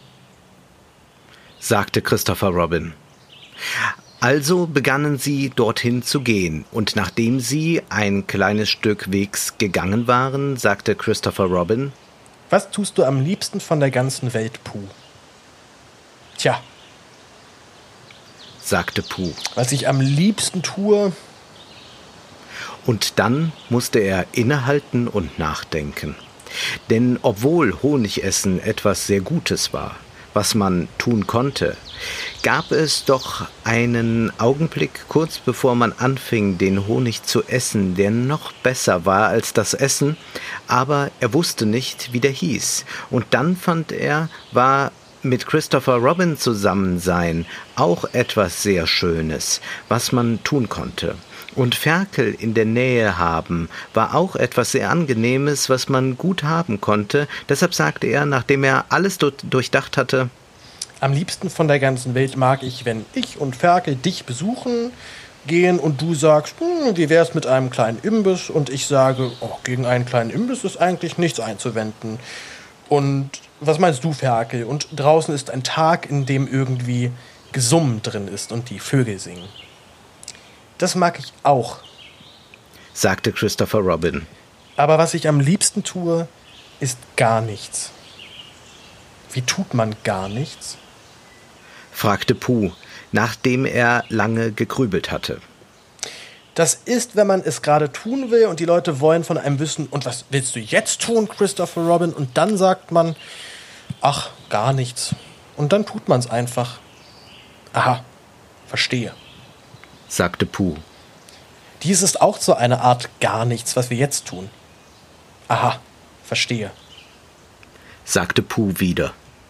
sagte Christopher Robin. Also begannen sie, dorthin zu gehen, und nachdem sie ein kleines Stück Wegs gegangen waren, sagte Christopher Robin: Was tust du am liebsten von der ganzen Welt, Pooh? Tja, sagte Pooh. Was ich am liebsten tue, Und dann musste er innehalten und nachdenken. Denn obwohl Honigessen etwas sehr Gutes war, was man tun konnte, gab es doch einen Augenblick, kurz bevor man anfing, den Honig zu essen, der noch besser war als das Essen, aber er wusste nicht, wie der hieß. Und dann fand er, war mit Christopher Robin zusammen sein auch etwas sehr Schönes, was man tun konnte. Und Ferkel in der Nähe haben war auch etwas sehr Angenehmes, was man gut haben konnte. Deshalb sagte er, nachdem er alles du- durchdacht hatte: Am liebsten von der ganzen Welt mag ich, wenn ich und Ferkel dich besuchen gehen und du sagst, hm, wie wär's mit einem kleinen Imbiss? Und ich sage, oh, gegen einen kleinen Imbiss ist eigentlich nichts einzuwenden. Und was meinst du, Ferkel? Und draußen ist ein Tag, in dem irgendwie Gesummen drin ist und die Vögel singen. Das mag ich auch, sagte Christopher Robin. Aber was ich am liebsten tue, ist gar nichts. Wie tut man gar nichts? fragte Puh, nachdem er lange gegrübelt hatte. Das ist, wenn man es gerade tun will und die Leute wollen von einem wissen, und was willst du jetzt tun, Christopher Robin? Und dann sagt man, ach, gar nichts. Und dann tut man es einfach. Aha, verstehe, sagte Puh. Dies ist auch so eine Art gar nichts, was wir jetzt tun. Aha, verstehe, sagte Puh wieder.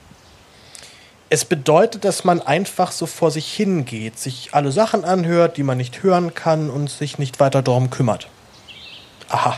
Es bedeutet, dass man einfach so vor sich hingeht, sich alle Sachen anhört, die man nicht hören kann und sich nicht weiter darum kümmert. Aha,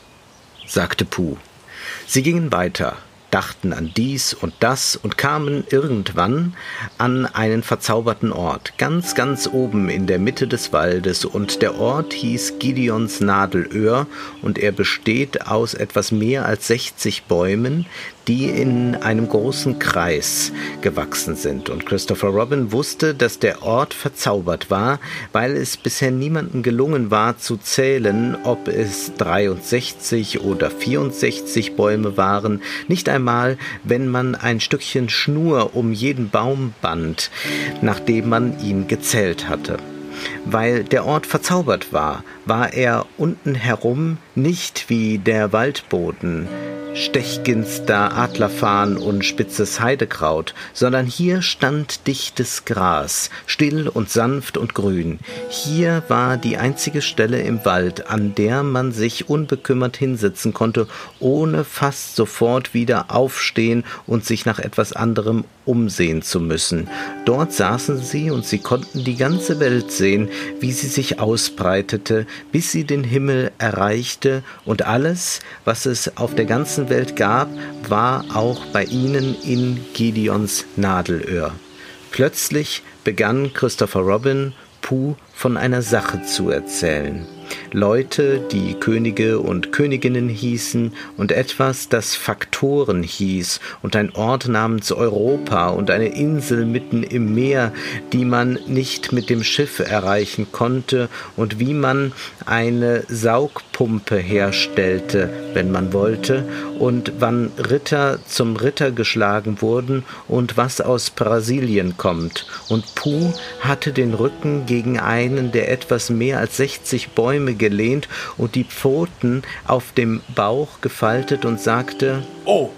sagte Puh. Sie gingen weiter, dachten an dies und das und kamen irgendwann an einen verzauberten Ort, ganz, ganz oben in der Mitte des Waldes, und der Ort hieß Gideons Nadelöhr, und er besteht aus etwas mehr als sechzig Bäumen, die in einem großen Kreis gewachsen sind. Und Christopher Robin wusste, dass der Ort verzaubert war, weil es bisher niemandem gelungen war zu zählen, ob es dreiundsechzig oder vierundsechzig Bäume waren, nicht einmal, wenn man ein Stückchen Schnur um jeden Baum band, nachdem man ihn gezählt hatte. Weil der Ort verzaubert war, war er unten herum nicht wie der Waldboden, Stechginster, Adlerfarn und spitzes Heidekraut, sondern hier stand dichtes Gras, still und sanft und grün. Hier war die einzige Stelle im Wald, an der man sich unbekümmert hinsetzen konnte, ohne fast sofort wieder aufstehen und sich nach etwas anderem umsehen zu müssen. Dort saßen sie und sie konnten die ganze Welt sehen, wie sie sich ausbreitete, bis sie den Himmel erreichte, und alles, was es auf der ganzen Welt gab, war auch bei ihnen in Gideons Nadelöhr. Plötzlich begann Christopher Robin Puh von einer Sache zu erzählen. Leute, die Könige und Königinnen hießen, und etwas, das Faktoren hieß, und ein Ort namens Europa und eine Insel mitten im Meer, die man nicht mit dem Schiff erreichen konnte, und wie man eine Saugpumpe herstellte, wenn man wollte, und wann Ritter zum Ritter geschlagen wurden und was aus Brasilien kommt. Und Puh hatte den Rücken gegen einen der etwas mehr als sechzig Bäume gelehnt und die Pfoten auf dem Bauch gefaltet und sagte: Oh.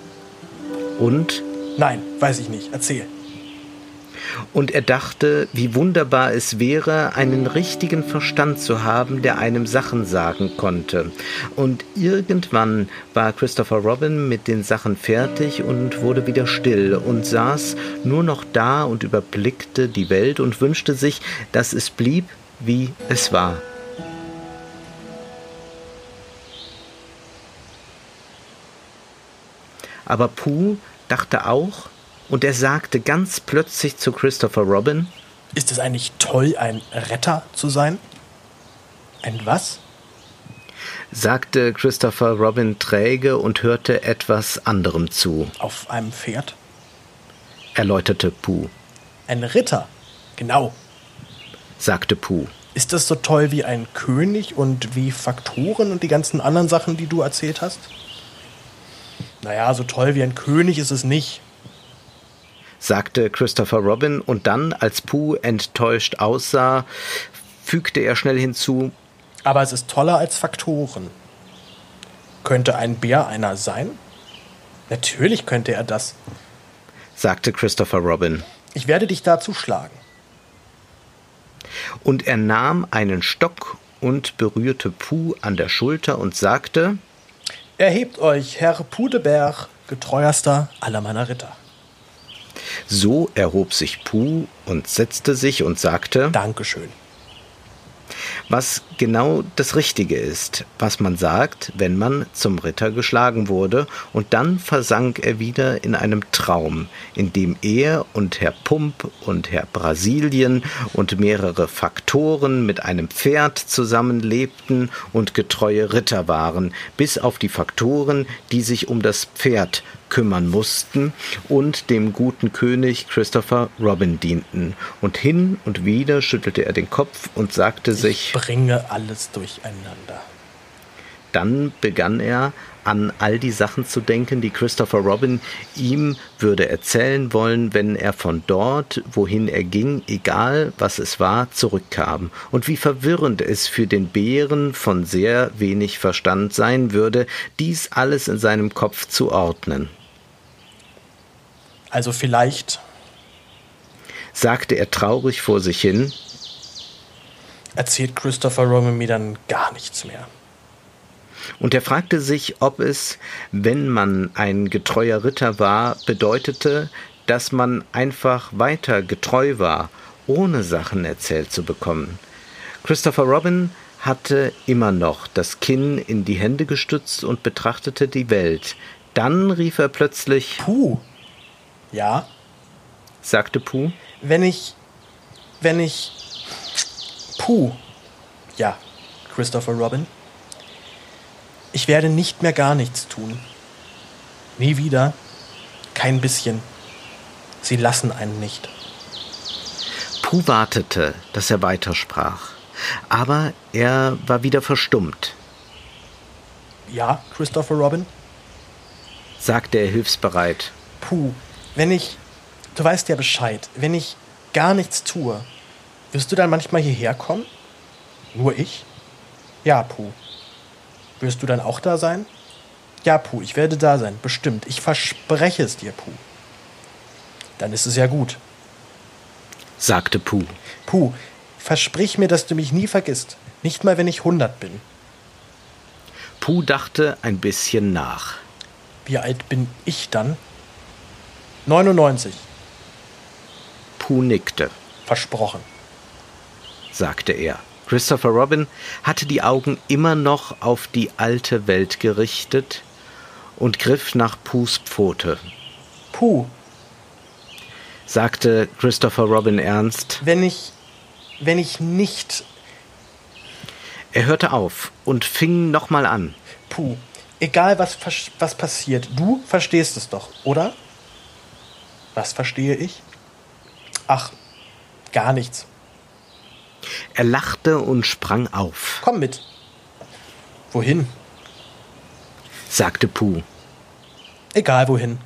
Und? Nein, weiß ich nicht. Erzähl. Und er dachte, wie wunderbar es wäre, einen richtigen Verstand zu haben, der einem Sachen sagen konnte. Und irgendwann war Christopher Robin mit den Sachen fertig und wurde wieder still und saß nur noch da und überblickte die Welt und wünschte sich, dass es blieb, wie es war. Aber Puh dachte auch, und er sagte ganz plötzlich zu Christopher Robin: Ist es eigentlich toll, ein Retter zu sein? Ein was? sagte Christopher Robin träge und hörte etwas anderem zu. Auf einem Pferd? erläuterte Puh. Ein Ritter, genau, sagte Puh. Ist das so toll wie ein König und wie Faktoren und die ganzen anderen Sachen, die du erzählt hast? Naja, so toll wie ein König ist es nicht, sagte Christopher Robin, und dann, als Puh enttäuscht aussah, fügte er schnell hinzu: Aber es ist toller als Faktoren. Könnte ein Bär einer sein? Natürlich könnte er das, sagte Christopher Robin. Ich werde dich dazu schlagen. Und er nahm einen Stock und berührte Puh an der Schulter und sagte: Erhebt euch, Herr Puh-de-Berg, getreuerster aller meiner Ritter. So erhob sich Puh und setzte sich und sagte: Dankeschön. Was genau das Richtige ist, was man sagt, wenn man zum Ritter geschlagen wurde, und dann versank er wieder in einem Traum, in dem er und Herr Pump und Herr Brasilien und mehrere Faktoren mit einem Pferd zusammenlebten und getreue Ritter waren, bis auf die Faktoren, die sich um das Pferd kümmern mussten und dem guten König Christopher Robin dienten. Und hin und wieder schüttelte er den Kopf und sagte sich: Ich bringe alles durcheinander. Dann begann er, an all die Sachen zu denken, die Christopher Robin ihm würde erzählen wollen, wenn er von dort, wohin er ging, egal was es war, zurückkam. Und wie verwirrend es für den Bären von sehr wenig Verstand sein würde, dies alles in seinem Kopf zu ordnen. Also vielleicht, sagte er traurig vor sich hin, erzählt Christopher Robin mir dann gar nichts mehr. Und er fragte sich, ob es, wenn man ein getreuer Ritter war, bedeutete, dass man einfach weiter getreu war, ohne Sachen erzählt zu bekommen. Christopher Robin hatte immer noch das Kinn in die Hände gestützt und betrachtete die Welt. Dann rief er plötzlich: Puh. Ja, sagte Puh. Wenn ich, wenn ich, Puh, ja, Christopher Robin, ich werde nicht mehr gar nichts tun. Nie wieder, kein bisschen. Sie lassen einen nicht. Puh wartete, dass er weitersprach, aber er war wieder verstummt. Ja, Christopher Robin, sagte er hilfsbereit. Puh. Wenn ich, du weißt ja Bescheid, wenn ich gar nichts tue, wirst du dann manchmal hierher kommen? Nur ich? Ja, Puh. Wirst du dann auch da sein? Ja, Puh, ich werde da sein, bestimmt. Ich verspreche es dir, Puh. Dann ist es ja gut, sagte Puh. Puh, versprich mir, dass du mich nie vergisst. Nicht mal, wenn ich hundert bin. Puh dachte ein bisschen nach. Wie alt bin ich dann? neunundneunzig. Puh nickte. Versprochen, sagte er. Christopher Robin hatte die Augen immer noch auf die alte Welt gerichtet und griff nach Puhs Pfote. Puh, sagte Christopher Robin ernst. Wenn ich, wenn ich nicht... Er hörte auf und fing nochmal an. Puh, egal was, was passiert, du verstehst es doch, oder? Was verstehe ich? Ach, gar nichts. Er lachte und sprang auf. Komm mit. Wohin? sagte Puh. Egal wohin,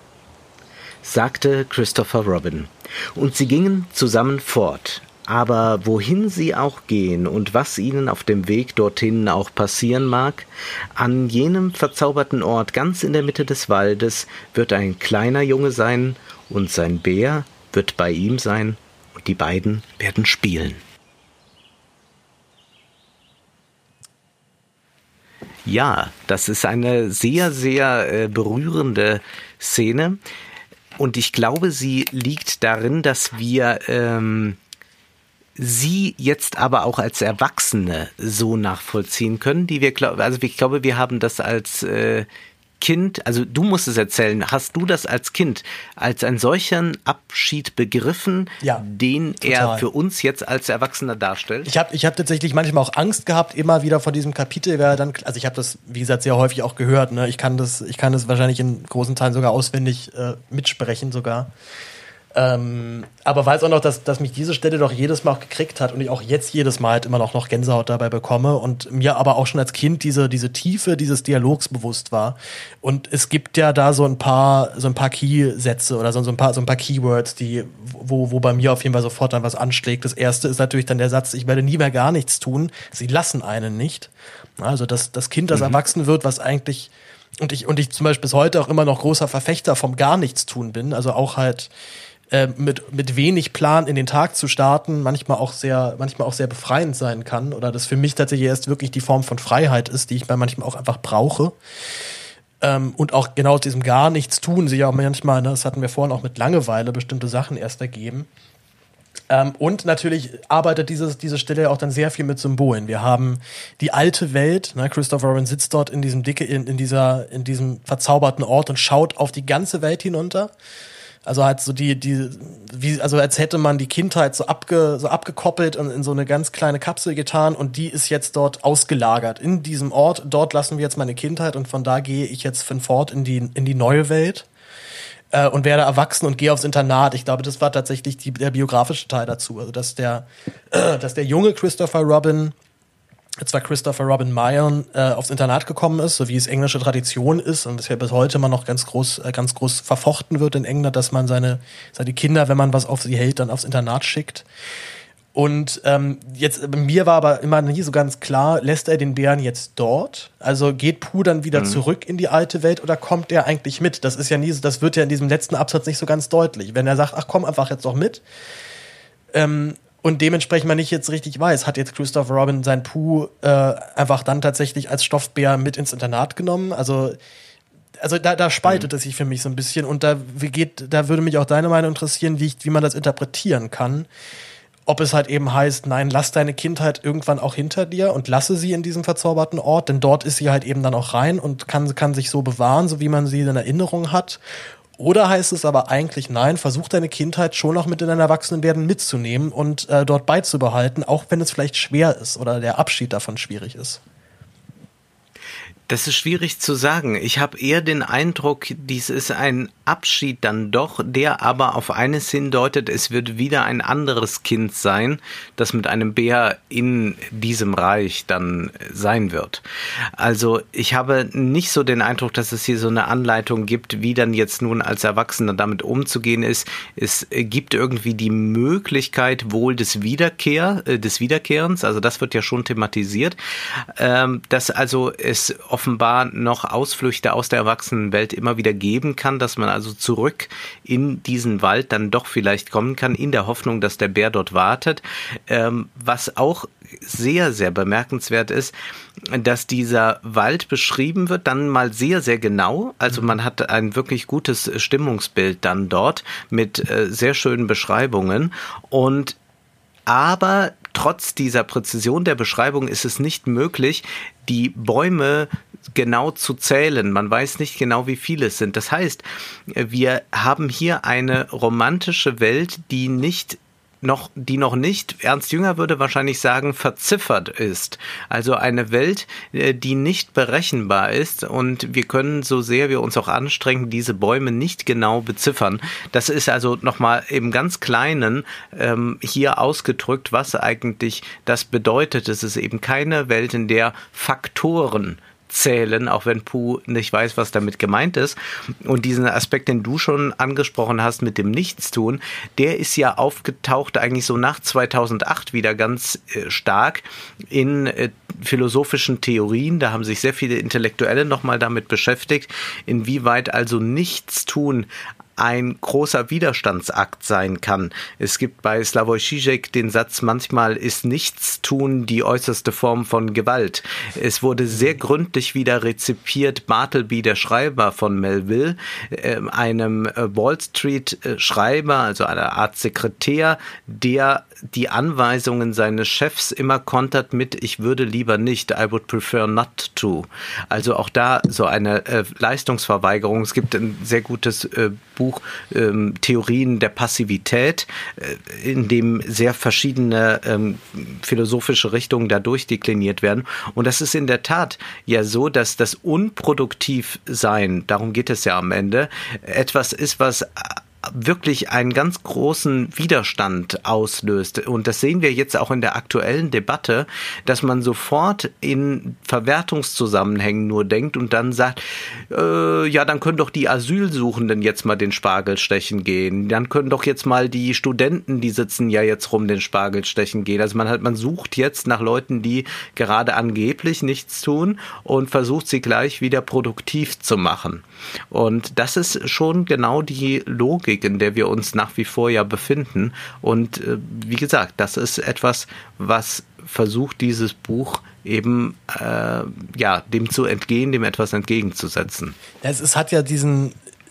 sagte Christopher Robin. Und sie gingen zusammen fort. Aber wohin sie auch gehen und was ihnen auf dem Weg dorthin auch passieren mag, an jenem verzauberten Ort ganz in der Mitte des Waldes wird ein kleiner Junge sein und sein Bär wird bei ihm sein und die beiden werden spielen. Ja, das ist eine sehr, sehr äh, berührende Szene und ich glaube, sie liegt darin, dass wir ähm, sie jetzt aber auch als Erwachsene so nachvollziehen können, die wir glauben, also ich glaube, wir haben das als äh, Kind, also du musst es erzählen, hast du das als Kind als einen solchen Abschied begriffen, ja, den total. Er für uns jetzt als Erwachsener darstellt? Ich habe ich hab tatsächlich manchmal auch Angst gehabt, immer wieder von diesem Kapitel, wer dann, also ich habe das, wie gesagt, sehr häufig auch gehört, ne? Ich kann das, ich kann das wahrscheinlich in großen Teilen sogar auswendig äh, mitsprechen sogar. Ähm, aber weiß auch noch, dass, dass mich diese Stelle doch jedes Mal auch gekriegt hat und ich auch jetzt jedes Mal halt immer noch, noch Gänsehaut dabei bekomme und mir aber auch schon als Kind diese, diese Tiefe dieses Dialogs bewusst war. Und es gibt ja da so ein paar, so ein paar Key-Sätze oder so, so ein paar, so ein paar Keywords, die, wo, wo bei mir auf jeden Fall sofort dann was anschlägt. Das erste ist natürlich dann der Satz, ich werde nie mehr gar nichts tun. Sie lassen einen nicht. Also das, das Kind, das mhm. erwachsen wird, was eigentlich, und ich, und ich zum Beispiel bis heute auch immer noch großer Verfechter vom Gar-Nichts-Tun bin, also auch halt, Äh, mit, mit wenig Plan in den Tag zu starten, manchmal auch sehr, manchmal auch sehr befreiend sein kann oder das für mich tatsächlich erst wirklich die Form von Freiheit ist, die ich bei manchmal auch einfach brauche. Ähm, und auch genau aus diesem gar nichts tun sich ja auch manchmal, ne, das hatten wir vorhin auch mit Langeweile, bestimmte Sachen erst ergeben. Ähm, und natürlich arbeitet dieses, diese Stelle auch dann sehr viel mit Symbolen. Wir haben die alte Welt, ne, Christopher Robin sitzt dort in diesem dicke, in, in dieser, in diesem verzauberten Ort und schaut auf die ganze Welt hinunter. Also halt so die, die, wie, also als hätte man die Kindheit so abge, so abgekoppelt und in so eine ganz kleine Kapsel getan und die ist jetzt dort ausgelagert in diesem Ort. Dort lassen wir jetzt meine Kindheit und von da gehe ich jetzt von fort in die, in die neue Welt äh, und werde erwachsen und gehe aufs Internat. Ich glaube, das war tatsächlich die, der biografische Teil dazu. Also dass der, äh, dass der junge Christopher Robin, zwar Christopher Robin Mayon, äh, aufs Internat gekommen ist, so wie es englische Tradition ist und das ja bis heute immer noch ganz groß, äh, ganz groß verfochten wird in England, dass man seine, seine Kinder, wenn man was auf sie hält, dann aufs Internat schickt. Und ähm, jetzt mir war aber immer nie so ganz klar, lässt er den Bären jetzt dort? Also geht Pooh dann wieder mhm. zurück in die alte Welt oder kommt er eigentlich mit? Das ist ja nie, das wird ja in diesem letzten Absatz nicht so ganz deutlich. Wenn er sagt, ach komm einfach jetzt doch mit, ähm, und dementsprechend man nicht jetzt richtig weiß, hat jetzt Christopher Robin sein Pooh äh, einfach dann tatsächlich als Stoffbär mit ins Internat genommen. Also, also da, da spaltet mhm. es sich für mich so ein bisschen. Und da geht, da würde mich auch deine Meinung interessieren, wie, ich, wie man das interpretieren kann. Ob es halt eben heißt, nein, lass deine Kindheit irgendwann auch hinter dir und lasse sie in diesem verzauberten Ort, denn dort ist sie halt eben dann auch rein und kann, kann sich so bewahren, so wie man sie in Erinnerung hat. Oder heißt es aber eigentlich, nein, versuch deine Kindheit schon noch mit in dein Erwachsenenwerden mitzunehmen und äh, dort beizubehalten, auch wenn es vielleicht schwer ist oder der Abschied davon schwierig ist. Das ist schwierig zu sagen. Ich habe eher den Eindruck, dies ist ein Abschied dann doch, der aber auf eines hindeutet, es wird wieder ein anderes Kind sein, das mit einem Bär in diesem Reich dann sein wird. Also ich habe nicht so den Eindruck, dass es hier so eine Anleitung gibt, wie dann jetzt nun als Erwachsener damit umzugehen ist. Es gibt irgendwie die Möglichkeit wohl des Wiederkehr, äh, des Wiederkehrens, also das wird ja schon thematisiert, ähm, dass also es offenbar noch Ausflüchte aus der Erwachsenenwelt immer wieder geben kann, dass man also zurück in diesen Wald dann doch vielleicht kommen kann, in der Hoffnung, dass der Bär dort wartet. Ähm, was auch sehr, sehr bemerkenswert ist, dass dieser Wald beschrieben wird, dann mal sehr, sehr genau. Also man hat ein wirklich gutes Stimmungsbild dann dort mit äh, sehr schönen Beschreibungen und aber trotz dieser Präzision der Beschreibung ist es nicht möglich, die Bäume genau zu zählen. Man weiß nicht genau, wie viele es sind. Das heißt, wir haben hier eine romantische Welt, die nicht noch, die noch nicht, Ernst Jünger würde wahrscheinlich sagen, verziffert ist. Also eine Welt, die nicht berechenbar ist und wir können, so sehr wir uns auch anstrengen, diese Bäume nicht genau beziffern. Das ist also nochmal im ganz Kleinen ähm, hier ausgedrückt, was eigentlich das bedeutet. Es ist eben keine Welt, in der Faktoren zählen, auch wenn Pooh nicht weiß, was damit gemeint ist. Und diesen Aspekt, den du schon angesprochen hast mit dem Nichtstun, der ist ja aufgetaucht eigentlich so nach zweitausendacht wieder ganz äh, stark in äh, philosophischen Theorien. Da haben sich sehr viele Intellektuelle nochmal damit beschäftigt, inwieweit also Nichtstun ein großer Widerstandsakt sein kann. Es gibt bei Slavoj Žižek den Satz, manchmal ist Nichtstun die äußerste Form von Gewalt. Es wurde sehr gründlich wieder rezipiert, Bartleby, der Schreiber von Melville, äh, einem Wall Street Schreiber, also einer Art Sekretär, der die Anweisungen seines Chefs immer kontert mit, ich würde lieber nicht, I would prefer not to. Also auch da so eine äh, Leistungsverweigerung. Es gibt ein sehr gutes äh, Buch, ähm, Theorien der Passivität, äh, in dem sehr verschiedene ähm, philosophische Richtungen dadurch dekliniert werden. Und das ist in der Tat ja so, dass das Unproduktivsein, darum geht es ja am Ende, etwas ist, was wirklich einen ganz großen Widerstand auslöst. Und das sehen wir jetzt auch in der aktuellen Debatte, dass man sofort in Verwertungszusammenhängen nur denkt und dann sagt, äh, ja, dann können doch die Asylsuchenden jetzt mal den Spargel stechen gehen. Dann können doch jetzt mal die Studenten, die sitzen ja jetzt rum, den Spargel stechen gehen. Also man halt, man sucht jetzt nach Leuten, die gerade angeblich nichts tun und versucht sie gleich wieder produktiv zu machen. Und das ist schon genau die Logik, in der wir uns nach wie vor ja befinden. Und äh, wie gesagt, das ist etwas, was versucht dieses Buch eben äh, ja dem zu entgehen, dem etwas entgegenzusetzen. Es, es hat ja diesen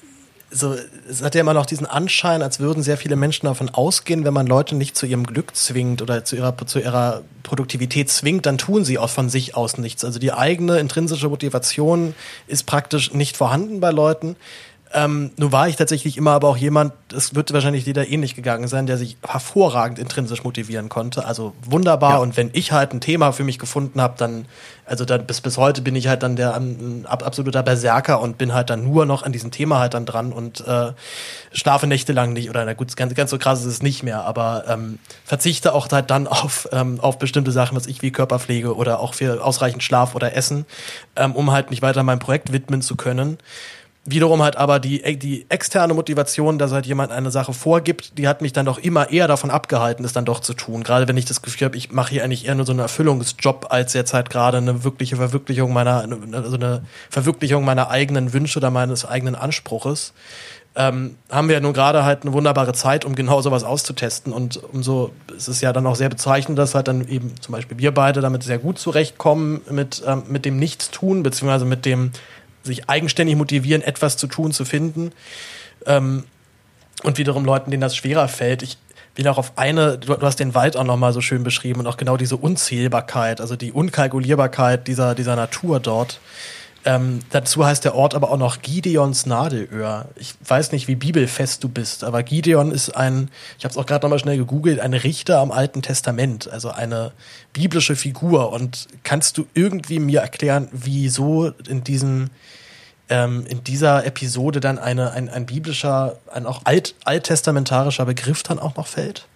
So, es hat ja immer noch diesen Anschein, als würden sehr viele Menschen davon ausgehen, wenn man Leute nicht zu ihrem Glück zwingt oder zu ihrer, zu ihrer Produktivität zwingt, dann tun sie auch von sich aus nichts. Also die eigene intrinsische Motivation ist praktisch nicht vorhanden bei Leuten. Ähm, nun war ich tatsächlich immer aber auch jemand, es wird wahrscheinlich jeder ähnlich gegangen sein, der sich hervorragend intrinsisch motivieren konnte. Also wunderbar. Ja. Und wenn ich halt ein Thema für mich gefunden habe, dann, also dann bis, bis heute bin ich halt dann der ein absoluter Berserker und bin halt dann nur noch an diesem Thema halt dann dran und äh, schlafe nächtelang nicht. Oder na gut, ganz, ganz so krass ist es nicht mehr, aber ähm, verzichte auch halt dann auf, ähm, auf bestimmte Sachen, was ich wie Körperpflege oder auch für ausreichend Schlaf oder Essen, ähm, um halt mich weiter meinem Projekt widmen zu können. Wiederum halt aber die, die externe Motivation, dass halt jemand eine Sache vorgibt, die hat mich dann doch immer eher davon abgehalten, es dann doch zu tun. Gerade wenn ich das Gefühl habe, ich mache hier eigentlich eher nur so einen Erfüllungsjob, als jetzt halt gerade eine wirkliche Verwirklichung meiner, also eine Verwirklichung meiner eigenen Wünsche oder meines eigenen Anspruches. Ähm, haben wir ja nun gerade halt eine wunderbare Zeit, um genau sowas auszutesten. Und umso ist es ja dann auch sehr bezeichnend, dass halt dann eben zum Beispiel wir beide damit sehr gut zurechtkommen mit, ähm, mit dem Nichtstun, beziehungsweise mit dem sich eigenständig motivieren, etwas zu tun, zu finden. Ähm, und wiederum Leuten, denen das schwerer fällt. Ich will auch auf eine, du, du hast den Wald auch nochmal so schön beschrieben und auch genau diese Unzählbarkeit, also die Unkalkulierbarkeit dieser, dieser Natur dort. Ähm, dazu heißt der Ort aber auch noch Gideons Nadelöhr. Ich weiß nicht, wie bibelfest du bist, aber Gideon ist ein, ich habe es auch gerade nochmal schnell gegoogelt, ein Richter am Alten Testament, also eine biblische Figur. Und kannst du irgendwie mir erklären, wieso in diesem ähm, in dieser Episode dann eine, ein, ein biblischer, ein auch alt, alttestamentarischer Begriff dann auch noch fällt?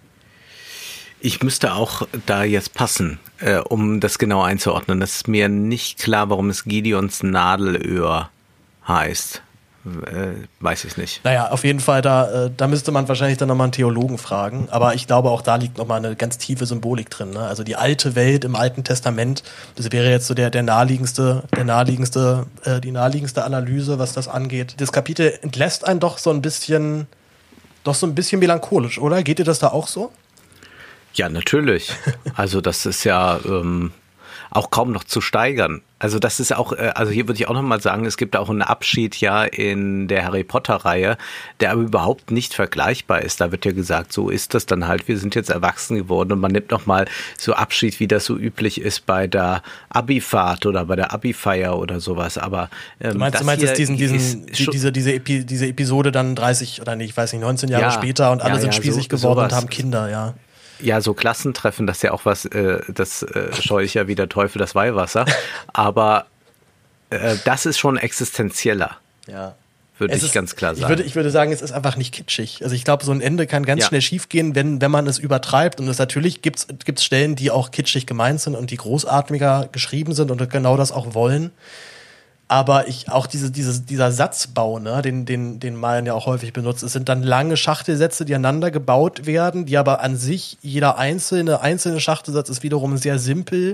Ich müsste auch da jetzt passen, äh, um das genau einzuordnen. Das ist mir nicht klar, warum es Gideons Nadelöhr heißt. Äh, weiß ich nicht. Naja, auf jeden Fall, da, äh, da müsste man wahrscheinlich dann nochmal einen Theologen fragen. Aber ich glaube, auch da liegt nochmal eine ganz tiefe Symbolik drin. Ne? Also die alte Welt im Alten Testament, das wäre jetzt so der, der naheliegendste, der naheliegendste, äh, die naheliegendste Analyse, was das angeht. Das Kapitel entlässt einen doch so ein bisschen, doch so ein bisschen melancholisch, oder? Geht dir das da auch so? Ja, natürlich. Also das ist ja ähm, auch kaum noch zu steigern. Also das ist auch, äh, also hier würde ich auch nochmal sagen, es gibt auch einen Abschied ja in der Harry Potter-Reihe, der aber überhaupt nicht vergleichbar ist. Da wird ja gesagt, so ist das dann halt, wir sind jetzt erwachsen geworden und man nimmt nochmal so Abschied, wie das so üblich ist bei der Abifahrt oder bei der Abifeier oder sowas. Aber ähm, du meinst, das du meinst hier jetzt diesen, diesen, ist die, diese, diese, Epi, diese Episode dann dreißig oder nicht, ich weiß nicht, neunzehn Jahre ja, später und alle ja, sind ja, spießig so, geworden sowas. und haben Kinder, ja. Ja, so Klassentreffen, das ist ja auch was, äh, das äh, scheue ich ja wie der Teufel das Weihwasser. Aber äh, das ist schon existenzieller. Ja. Würde es ich ist, ganz klar sagen. Ich würde, ich würde sagen, es ist einfach nicht kitschig. Also ich glaube, so ein Ende kann ganz ja. schnell schiefgehen, wenn, wenn man es übertreibt. Und es natürlich gibt's, gibt's Stellen, die auch kitschig gemeint sind und die großartiger geschrieben sind und genau das auch wollen. Aber ich auch diese, diese, dieser Satzbau, ne, den, den, den Malen ja auch häufig benutzt. Es sind dann lange Schachtelsätze, die aneinander gebaut werden, die aber an sich, jeder einzelne, einzelne Schachtelsatz ist wiederum sehr simpel.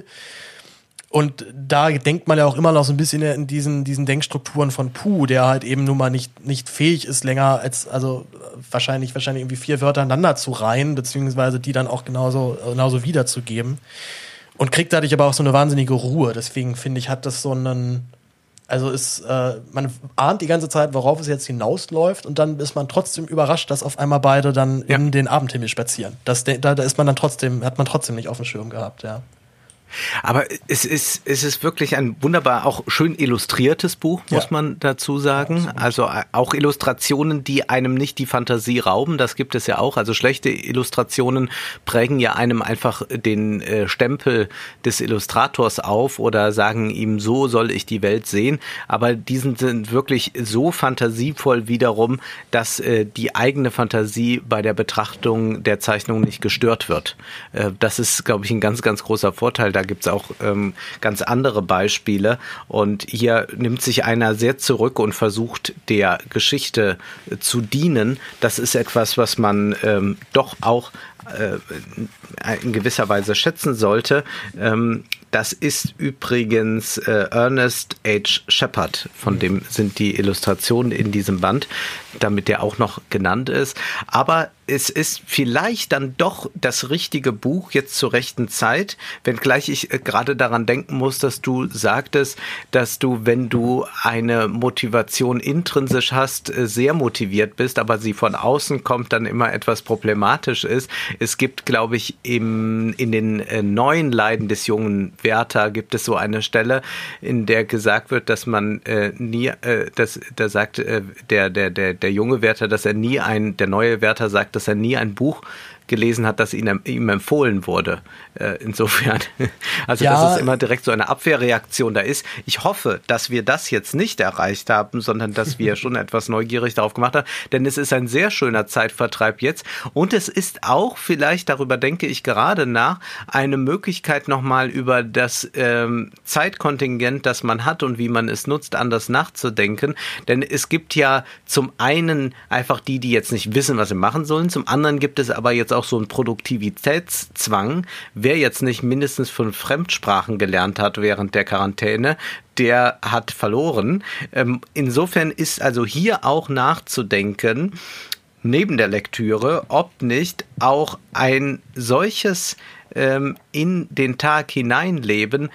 Und da denkt man ja auch immer noch so ein bisschen in diesen, diesen Denkstrukturen von Puh, der halt eben nun mal nicht, nicht fähig ist, länger als, also wahrscheinlich, wahrscheinlich irgendwie vier Wörter aneinander zu reihen, beziehungsweise die dann auch genauso, genauso wiederzugeben. Und kriegt dadurch aber auch so eine wahnsinnige Ruhe. Deswegen finde ich, hat das so einen, also ist, äh, man ahnt die ganze Zeit, worauf es jetzt hinausläuft, und dann ist man trotzdem überrascht, dass auf einmal beide dann ja. in den Abendhimmel spazieren. Das, da, da ist man dann trotzdem, hat man trotzdem nicht auf dem Schirm gehabt, ja. Aber es ist, es ist wirklich ein wunderbar, auch schön illustriertes Buch, muss ja. man dazu sagen. Ja, also auch Illustrationen, die einem nicht die Fantasie rauben, das gibt es ja auch. Also schlechte Illustrationen prägen ja einem einfach den äh, Stempel des Illustrators auf oder sagen ihm, so soll ich die Welt sehen. Aber diesen sind wirklich so fantasievoll wiederum, dass äh, die eigene Fantasie bei der Betrachtung der Zeichnung nicht gestört wird. Äh, das ist, glaube ich, ein ganz, ganz großer Vorteil. Da gibt es auch ähm, ganz andere Beispiele und hier nimmt sich einer sehr zurück und versucht der Geschichte äh, zu dienen. Das ist etwas, was man ähm, doch auch äh, in gewisser Weise schätzen sollte. Ähm, das ist übrigens äh, Ernest H. Shepard, von dem sind die Illustrationen in diesem Band, damit der auch noch genannt ist. Aber es ist vielleicht dann doch das richtige Buch jetzt zur rechten Zeit, wenngleich ich gerade daran denken muss, dass du sagtest, dass du, wenn du eine Motivation intrinsisch hast, sehr motiviert bist, aber sie von außen kommt, dann immer etwas problematisch ist. Es gibt, glaube ich, im, in den äh, neuen Leiden des jungen Werther gibt es so eine Stelle, in der gesagt wird, dass man äh, nie, äh, dass, da sagt äh, der, der, der, der junge Werther, dass er nie ein, der neue Werther sagt, dass er nie ein Buch gelesen hat, das ihm, ihm empfohlen wurde. Äh, insofern, also ja, dass es immer direkt so eine Abwehrreaktion da ist. Ich hoffe, dass wir das jetzt nicht erreicht haben, sondern dass wir schon etwas neugierig darauf gemacht haben, denn es ist ein sehr schöner Zeitvertreib jetzt und es ist auch vielleicht, darüber denke ich gerade nach, eine Möglichkeit nochmal über das ähm, Zeitkontingent, das man hat und wie man es nutzt, anders nachzudenken, denn es gibt ja zum einen einfach die, die jetzt nicht wissen, was sie machen sollen, zum anderen gibt es aber jetzt auch so einen Produktivitätszwang. Wer jetzt nicht mindestens fünf Fremdsprachen gelernt hat während der Quarantäne, der hat verloren. Insofern ist also hier auch nachzudenken, neben der Lektüre, ob nicht auch ein solches ähm, in den Tag hineinleben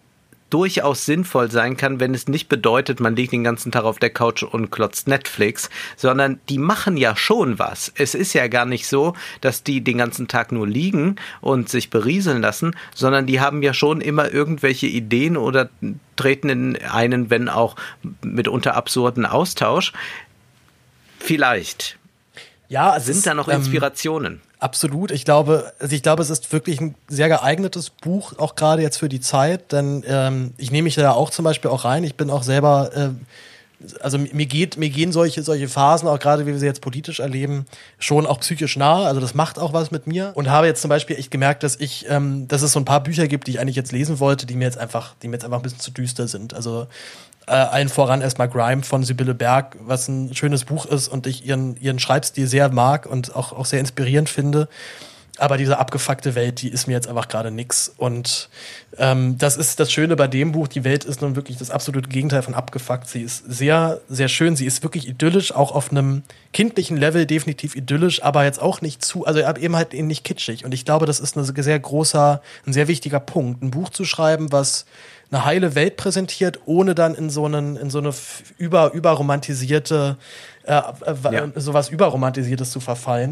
durchaus sinnvoll sein kann, wenn es nicht bedeutet, man liegt den ganzen Tag auf der Couch und klotzt Netflix, sondern die machen ja schon was. Es ist ja gar nicht so, dass die den ganzen Tag nur liegen und sich berieseln lassen, sondern die haben ja schon immer irgendwelche Ideen oder treten in einen, wenn auch mitunter absurden Austausch. Vielleicht. Ja, sind da noch Inspirationen? Ähm Absolut. Ich glaube, also ich glaube, es ist wirklich ein sehr geeignetes Buch, auch gerade jetzt für die Zeit, denn ähm, ich nehme mich da auch zum Beispiel auch rein. Ich bin auch selber, äh, also mir geht, mir gehen solche, solche Phasen, auch gerade wie wir sie jetzt politisch erleben, schon auch psychisch nahe. Also das macht auch was mit mir und habe jetzt zum Beispiel echt gemerkt, dass ich, ähm, dass es so ein paar Bücher gibt, die ich eigentlich jetzt lesen wollte, die mir jetzt einfach, die mir jetzt einfach ein bisschen zu düster sind. Also Äh, allen voran erstmal Grime von Sibylle Berg, was ein schönes Buch ist und ich ihren, ihren Schreibstil sehr mag und auch, auch sehr inspirierend finde. Aber diese abgefuckte Welt, die ist mir jetzt einfach gerade nix. Und ähm, das ist das Schöne bei dem Buch. Die Welt ist nun wirklich das absolute Gegenteil von abgefuckt. Sie ist sehr, sehr schön. Sie ist wirklich idyllisch, auch auf einem kindlichen Level definitiv idyllisch, aber jetzt auch nicht zu, also eben halt eben nicht kitschig. Und ich glaube, das ist ein sehr großer, ein sehr wichtiger Punkt. Ein Buch zu schreiben, was eine heile Welt präsentiert, ohne dann in so einen, in so eine über, überromantisierte, äh, äh, ja. sowas überromantisiertes zu verfallen.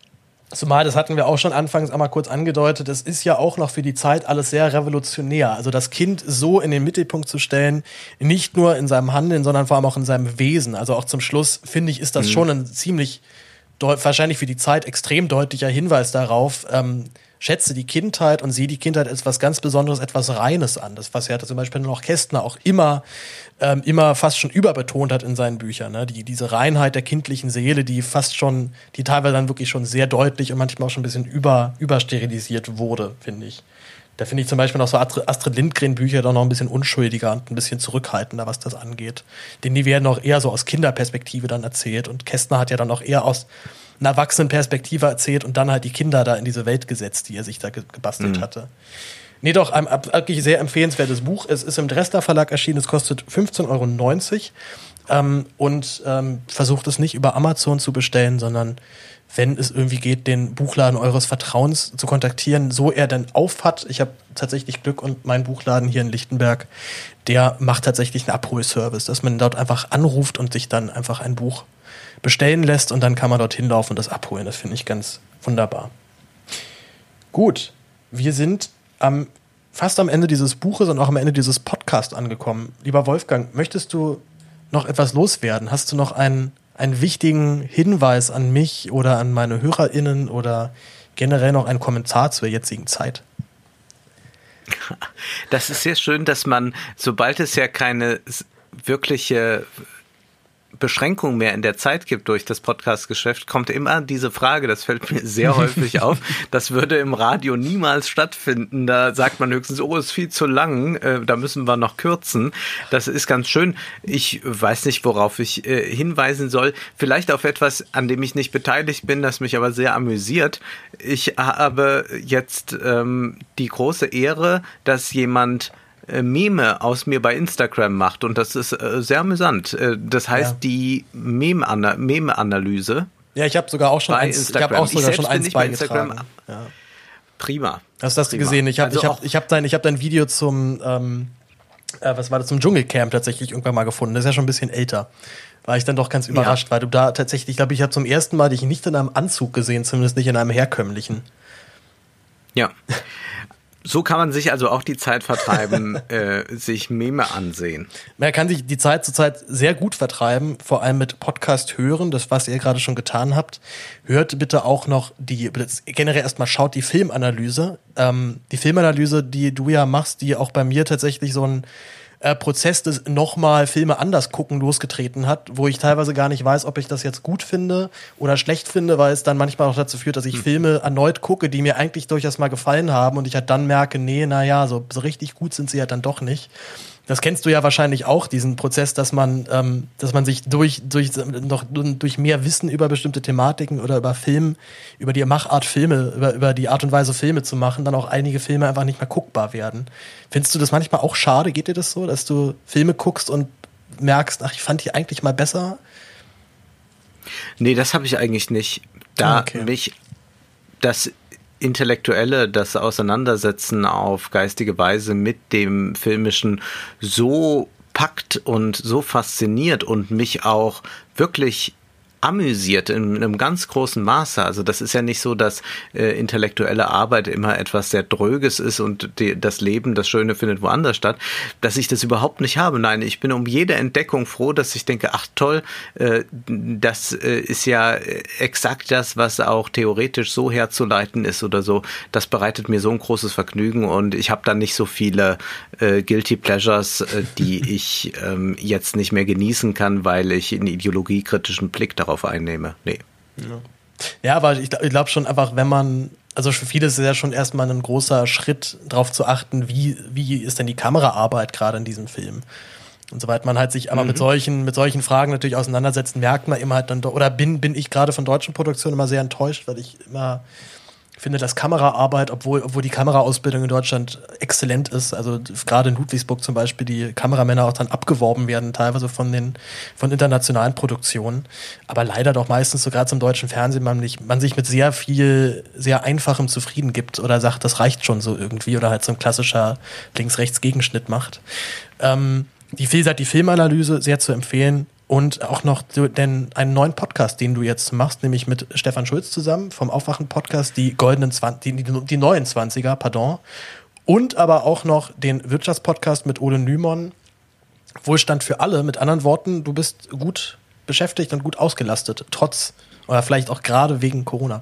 Zumal, das hatten wir auch schon anfangs einmal kurz angedeutet, es ist ja auch noch für die Zeit alles sehr revolutionär. Also das Kind so in den Mittelpunkt zu stellen, nicht nur in seinem Handeln, sondern vor allem auch in seinem Wesen. Also auch zum Schluss, finde ich, ist das mhm. schon ein ziemlich, deut- wahrscheinlich für die Zeit extrem deutlicher Hinweis darauf, ähm, schätze die Kindheit und sehe die Kindheit als was ganz Besonderes, etwas Reines an. Das, was ja zum Beispiel noch Kästner auch immer, ähm, immer fast schon überbetont hat in seinen Büchern. Ne? Die, diese Reinheit der kindlichen Seele, die fast schon, die teilweise dann wirklich schon sehr deutlich und manchmal auch schon ein bisschen über, übersterilisiert wurde, finde ich. Da finde ich zum Beispiel noch so Astrid Lindgren-Bücher doch noch ein bisschen unschuldiger und ein bisschen zurückhaltender, was das angeht. Denn die werden auch eher so aus Kinderperspektive dann erzählt und Kästner hat ja dann auch eher aus einer Erwachsenenperspektive erzählt und dann halt die Kinder da in diese Welt gesetzt, die er sich da ge- gebastelt mhm. hatte. Nee, doch, ein wirklich sehr empfehlenswertes Buch. Es ist im Dresdner Verlag erschienen, es kostet fünfzehn Euro neunzig ähm, und ähm, versucht es nicht über Amazon zu bestellen, sondern wenn es irgendwie geht, den Buchladen eures Vertrauens zu kontaktieren, so er denn auf hat. Ich habe tatsächlich Glück und mein Buchladen hier in Lichtenberg, der macht tatsächlich einen Abholservice, dass man dort einfach anruft und sich dann einfach ein Buch bestellen lässt und dann kann man dorthin laufen und das abholen. Das finde ich ganz wunderbar. Gut, wir sind am fast am Ende dieses Buches und auch am Ende dieses Podcasts angekommen. Lieber Wolfgang, möchtest du noch etwas loswerden? Hast du noch einen, einen wichtigen Hinweis an mich oder an meine HörerInnen oder generell noch einen Kommentar zur jetzigen Zeit? Das ist sehr schön, dass man, sobald es ja keine wirkliche Beschränkung mehr in der Zeit gibt durch das Podcast-Geschäft, kommt immer diese Frage, das fällt mir sehr häufig auf, das würde im Radio niemals stattfinden. Da sagt man höchstens, oh, ist viel zu lang, äh, da müssen wir noch kürzen. Das ist ganz schön. Ich weiß nicht, worauf ich äh, hinweisen soll. Vielleicht auf etwas, an dem ich nicht beteiligt bin, das mich aber sehr amüsiert. Ich habe jetzt ähm, die große Ehre, dass jemand Meme aus mir bei Instagram macht und das ist äh, sehr amüsant. Äh, das heißt ja. die Meme-Ana- Meme-Analyse. Ja, ich habe sogar auch schon eins, ich habe auch sogar schon eins beigetragen. Bei ja. Prima. Hast du das Prima. gesehen? Ich habe also ich hab, ich hab dein, ich hab dein Video zum ähm, äh, was war das, zum Dschungelcamp tatsächlich irgendwann mal gefunden. Das ist ja schon ein bisschen älter. War ich dann doch ganz überrascht, ja. weil du da tatsächlich, ich glaube, ich habe zum ersten Mal dich nicht in einem Anzug gesehen, zumindest nicht in einem herkömmlichen. Ja. So kann man sich also auch die Zeit vertreiben, äh, sich Meme ansehen. Man kann sich die Zeit zurzeit sehr gut vertreiben, vor allem mit Podcast hören, das was ihr gerade schon getan habt. Hört bitte auch noch die, generell erstmal schaut die Filmanalyse. Ähm, die Filmanalyse, die du ja machst, die auch bei mir tatsächlich so ein äh, Prozess des nochmal Filme anders gucken losgetreten hat, wo ich teilweise gar nicht weiß, ob ich das jetzt gut finde oder schlecht finde, weil es dann manchmal auch dazu führt, dass ich hm. Filme erneut gucke, die mir eigentlich durchaus mal gefallen haben und ich halt dann merke, nee, naja, so, so richtig gut sind sie ja dann doch nicht. Das kennst du ja wahrscheinlich auch, diesen Prozess, dass man, ähm, dass man sich durch, durch, noch, durch mehr Wissen über bestimmte Thematiken oder über Film, über die Machart Filme, über, über die Art und Weise Filme zu machen, dann auch einige Filme einfach nicht mehr guckbar werden. Findest du das manchmal auch schade? Geht dir das so, dass du Filme guckst und merkst, ach, ich fand die eigentlich mal besser? Nee, das habe ich eigentlich nicht. Da okay. mich das Intellektuelle, das Auseinandersetzen auf geistige Weise mit dem Filmischen so packt und so fasziniert und mich auch wirklich amüsiert in einem ganz großen Maße. Also das ist ja nicht so, dass äh, intellektuelle Arbeit immer etwas sehr Dröges ist und die, das Leben, das Schöne findet woanders statt, dass ich das überhaupt nicht habe. Nein, ich bin um jede Entdeckung froh, dass ich denke, ach toll, äh, das äh, ist ja exakt das, was auch theoretisch so herzuleiten ist oder so. Das bereitet mir so ein großes Vergnügen und ich habe dann nicht so viele äh, Guilty Pleasures, äh, die ich ähm, jetzt nicht mehr genießen kann, weil ich einen ideologiekritischen Blick darauf einnehme. Nee. Ja, ja, aber ich, ich glaube schon einfach, wenn man, also für viele ist es ja schon erstmal ein großer Schritt, darauf zu achten, wie, wie ist denn die Kameraarbeit gerade in diesem Film. Und soweit man halt sich aber mhm. mit solchen, mit solchen Fragen natürlich auseinandersetzt, merkt man immer halt dann, oder bin, bin ich gerade von deutschen Produktionen immer sehr enttäuscht, weil ich immer finde, dass Kameraarbeit, obwohl, obwohl die Kameraausbildung in Deutschland exzellent ist, also gerade in Ludwigsburg zum Beispiel, die Kameramänner auch dann abgeworben werden, teilweise von den von internationalen Produktionen, aber leider doch meistens so gerade zum deutschen Fernsehen man, nicht, man sich mit sehr viel, sehr einfachem zufrieden gibt oder sagt, das reicht schon so irgendwie oder halt so ein klassischer Links-Rechts-Gegenschnitt macht. Ähm, die, wie gesagt, die Filmanalyse sehr zu empfehlen. Und auch noch den, einen neuen Podcast, den du jetzt machst, nämlich mit Stefan Schulz zusammen vom Aufwachen-Podcast, die goldenen zwanzig, die, die neuen zwanziger, pardon. Und aber auch noch den Wirtschaftspodcast mit Ole Nymon, Wohlstand für alle. Mit anderen Worten, du bist gut beschäftigt und gut ausgelastet, trotz oder vielleicht auch gerade wegen Corona.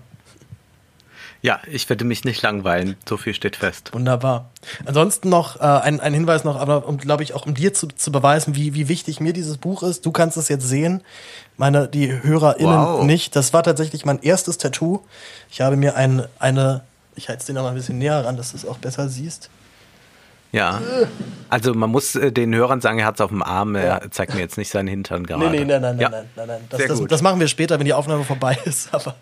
Ja, ich werde mich nicht langweilen, so viel steht fest. Wunderbar. Ansonsten noch äh, ein, ein Hinweis noch, aber um, glaube ich, auch um dir zu, zu beweisen, wie, wie wichtig mir dieses Buch ist. Du kannst es jetzt sehen, meine, die HörerInnen wow. nicht. Das war tatsächlich mein erstes Tattoo. Ich habe mir ein, eine, ich halte es dir noch mal ein bisschen näher ran, dass du es auch besser siehst. Ja, also man muss äh, den Hörern sagen, er hat es auf dem Arm, er ja. zeigt mir jetzt nicht seinen Hintern gerade. Nee, nee, nein, nein, ja. nein, nein, nein. Das, das, das machen wir später, wenn die Aufnahme vorbei ist. Aber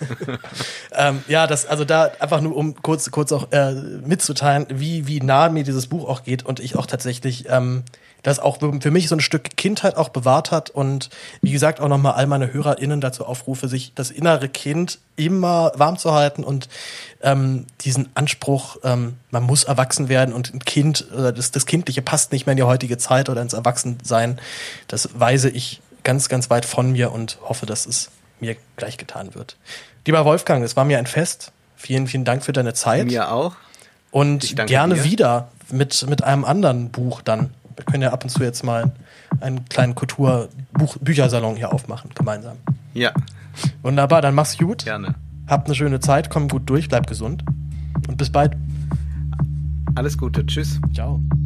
ähm, ja, das, also da einfach nur, um kurz, kurz auch äh, mitzuteilen, wie, wie nah mir dieses Buch auch geht und ich auch tatsächlich ähm, das auch für mich so ein Stück Kindheit auch bewahrt hat und wie gesagt auch nochmal all meine HörerInnen dazu aufrufe, sich das innere Kind immer warm zu halten und ähm, diesen Anspruch, ähm, man muss erwachsen werden und ein Kind, oder das, das Kindliche passt nicht mehr in die heutige Zeit oder ins Erwachsensein, das weise ich ganz, ganz weit von mir und hoffe, dass es mir gleich getan wird. Lieber Wolfgang, es war mir ein Fest. Vielen, vielen Dank für deine Zeit. Mir auch. Und gerne dir. wieder mit, mit einem anderen Buch dann. Wir können ja ab und zu jetzt mal einen kleinen Kultur-Büchersalon hier aufmachen, gemeinsam. Ja. Wunderbar, dann mach's gut. Gerne. Habt eine schöne Zeit, komm gut durch, bleib gesund. Und bis bald. Alles Gute, tschüss. Ciao.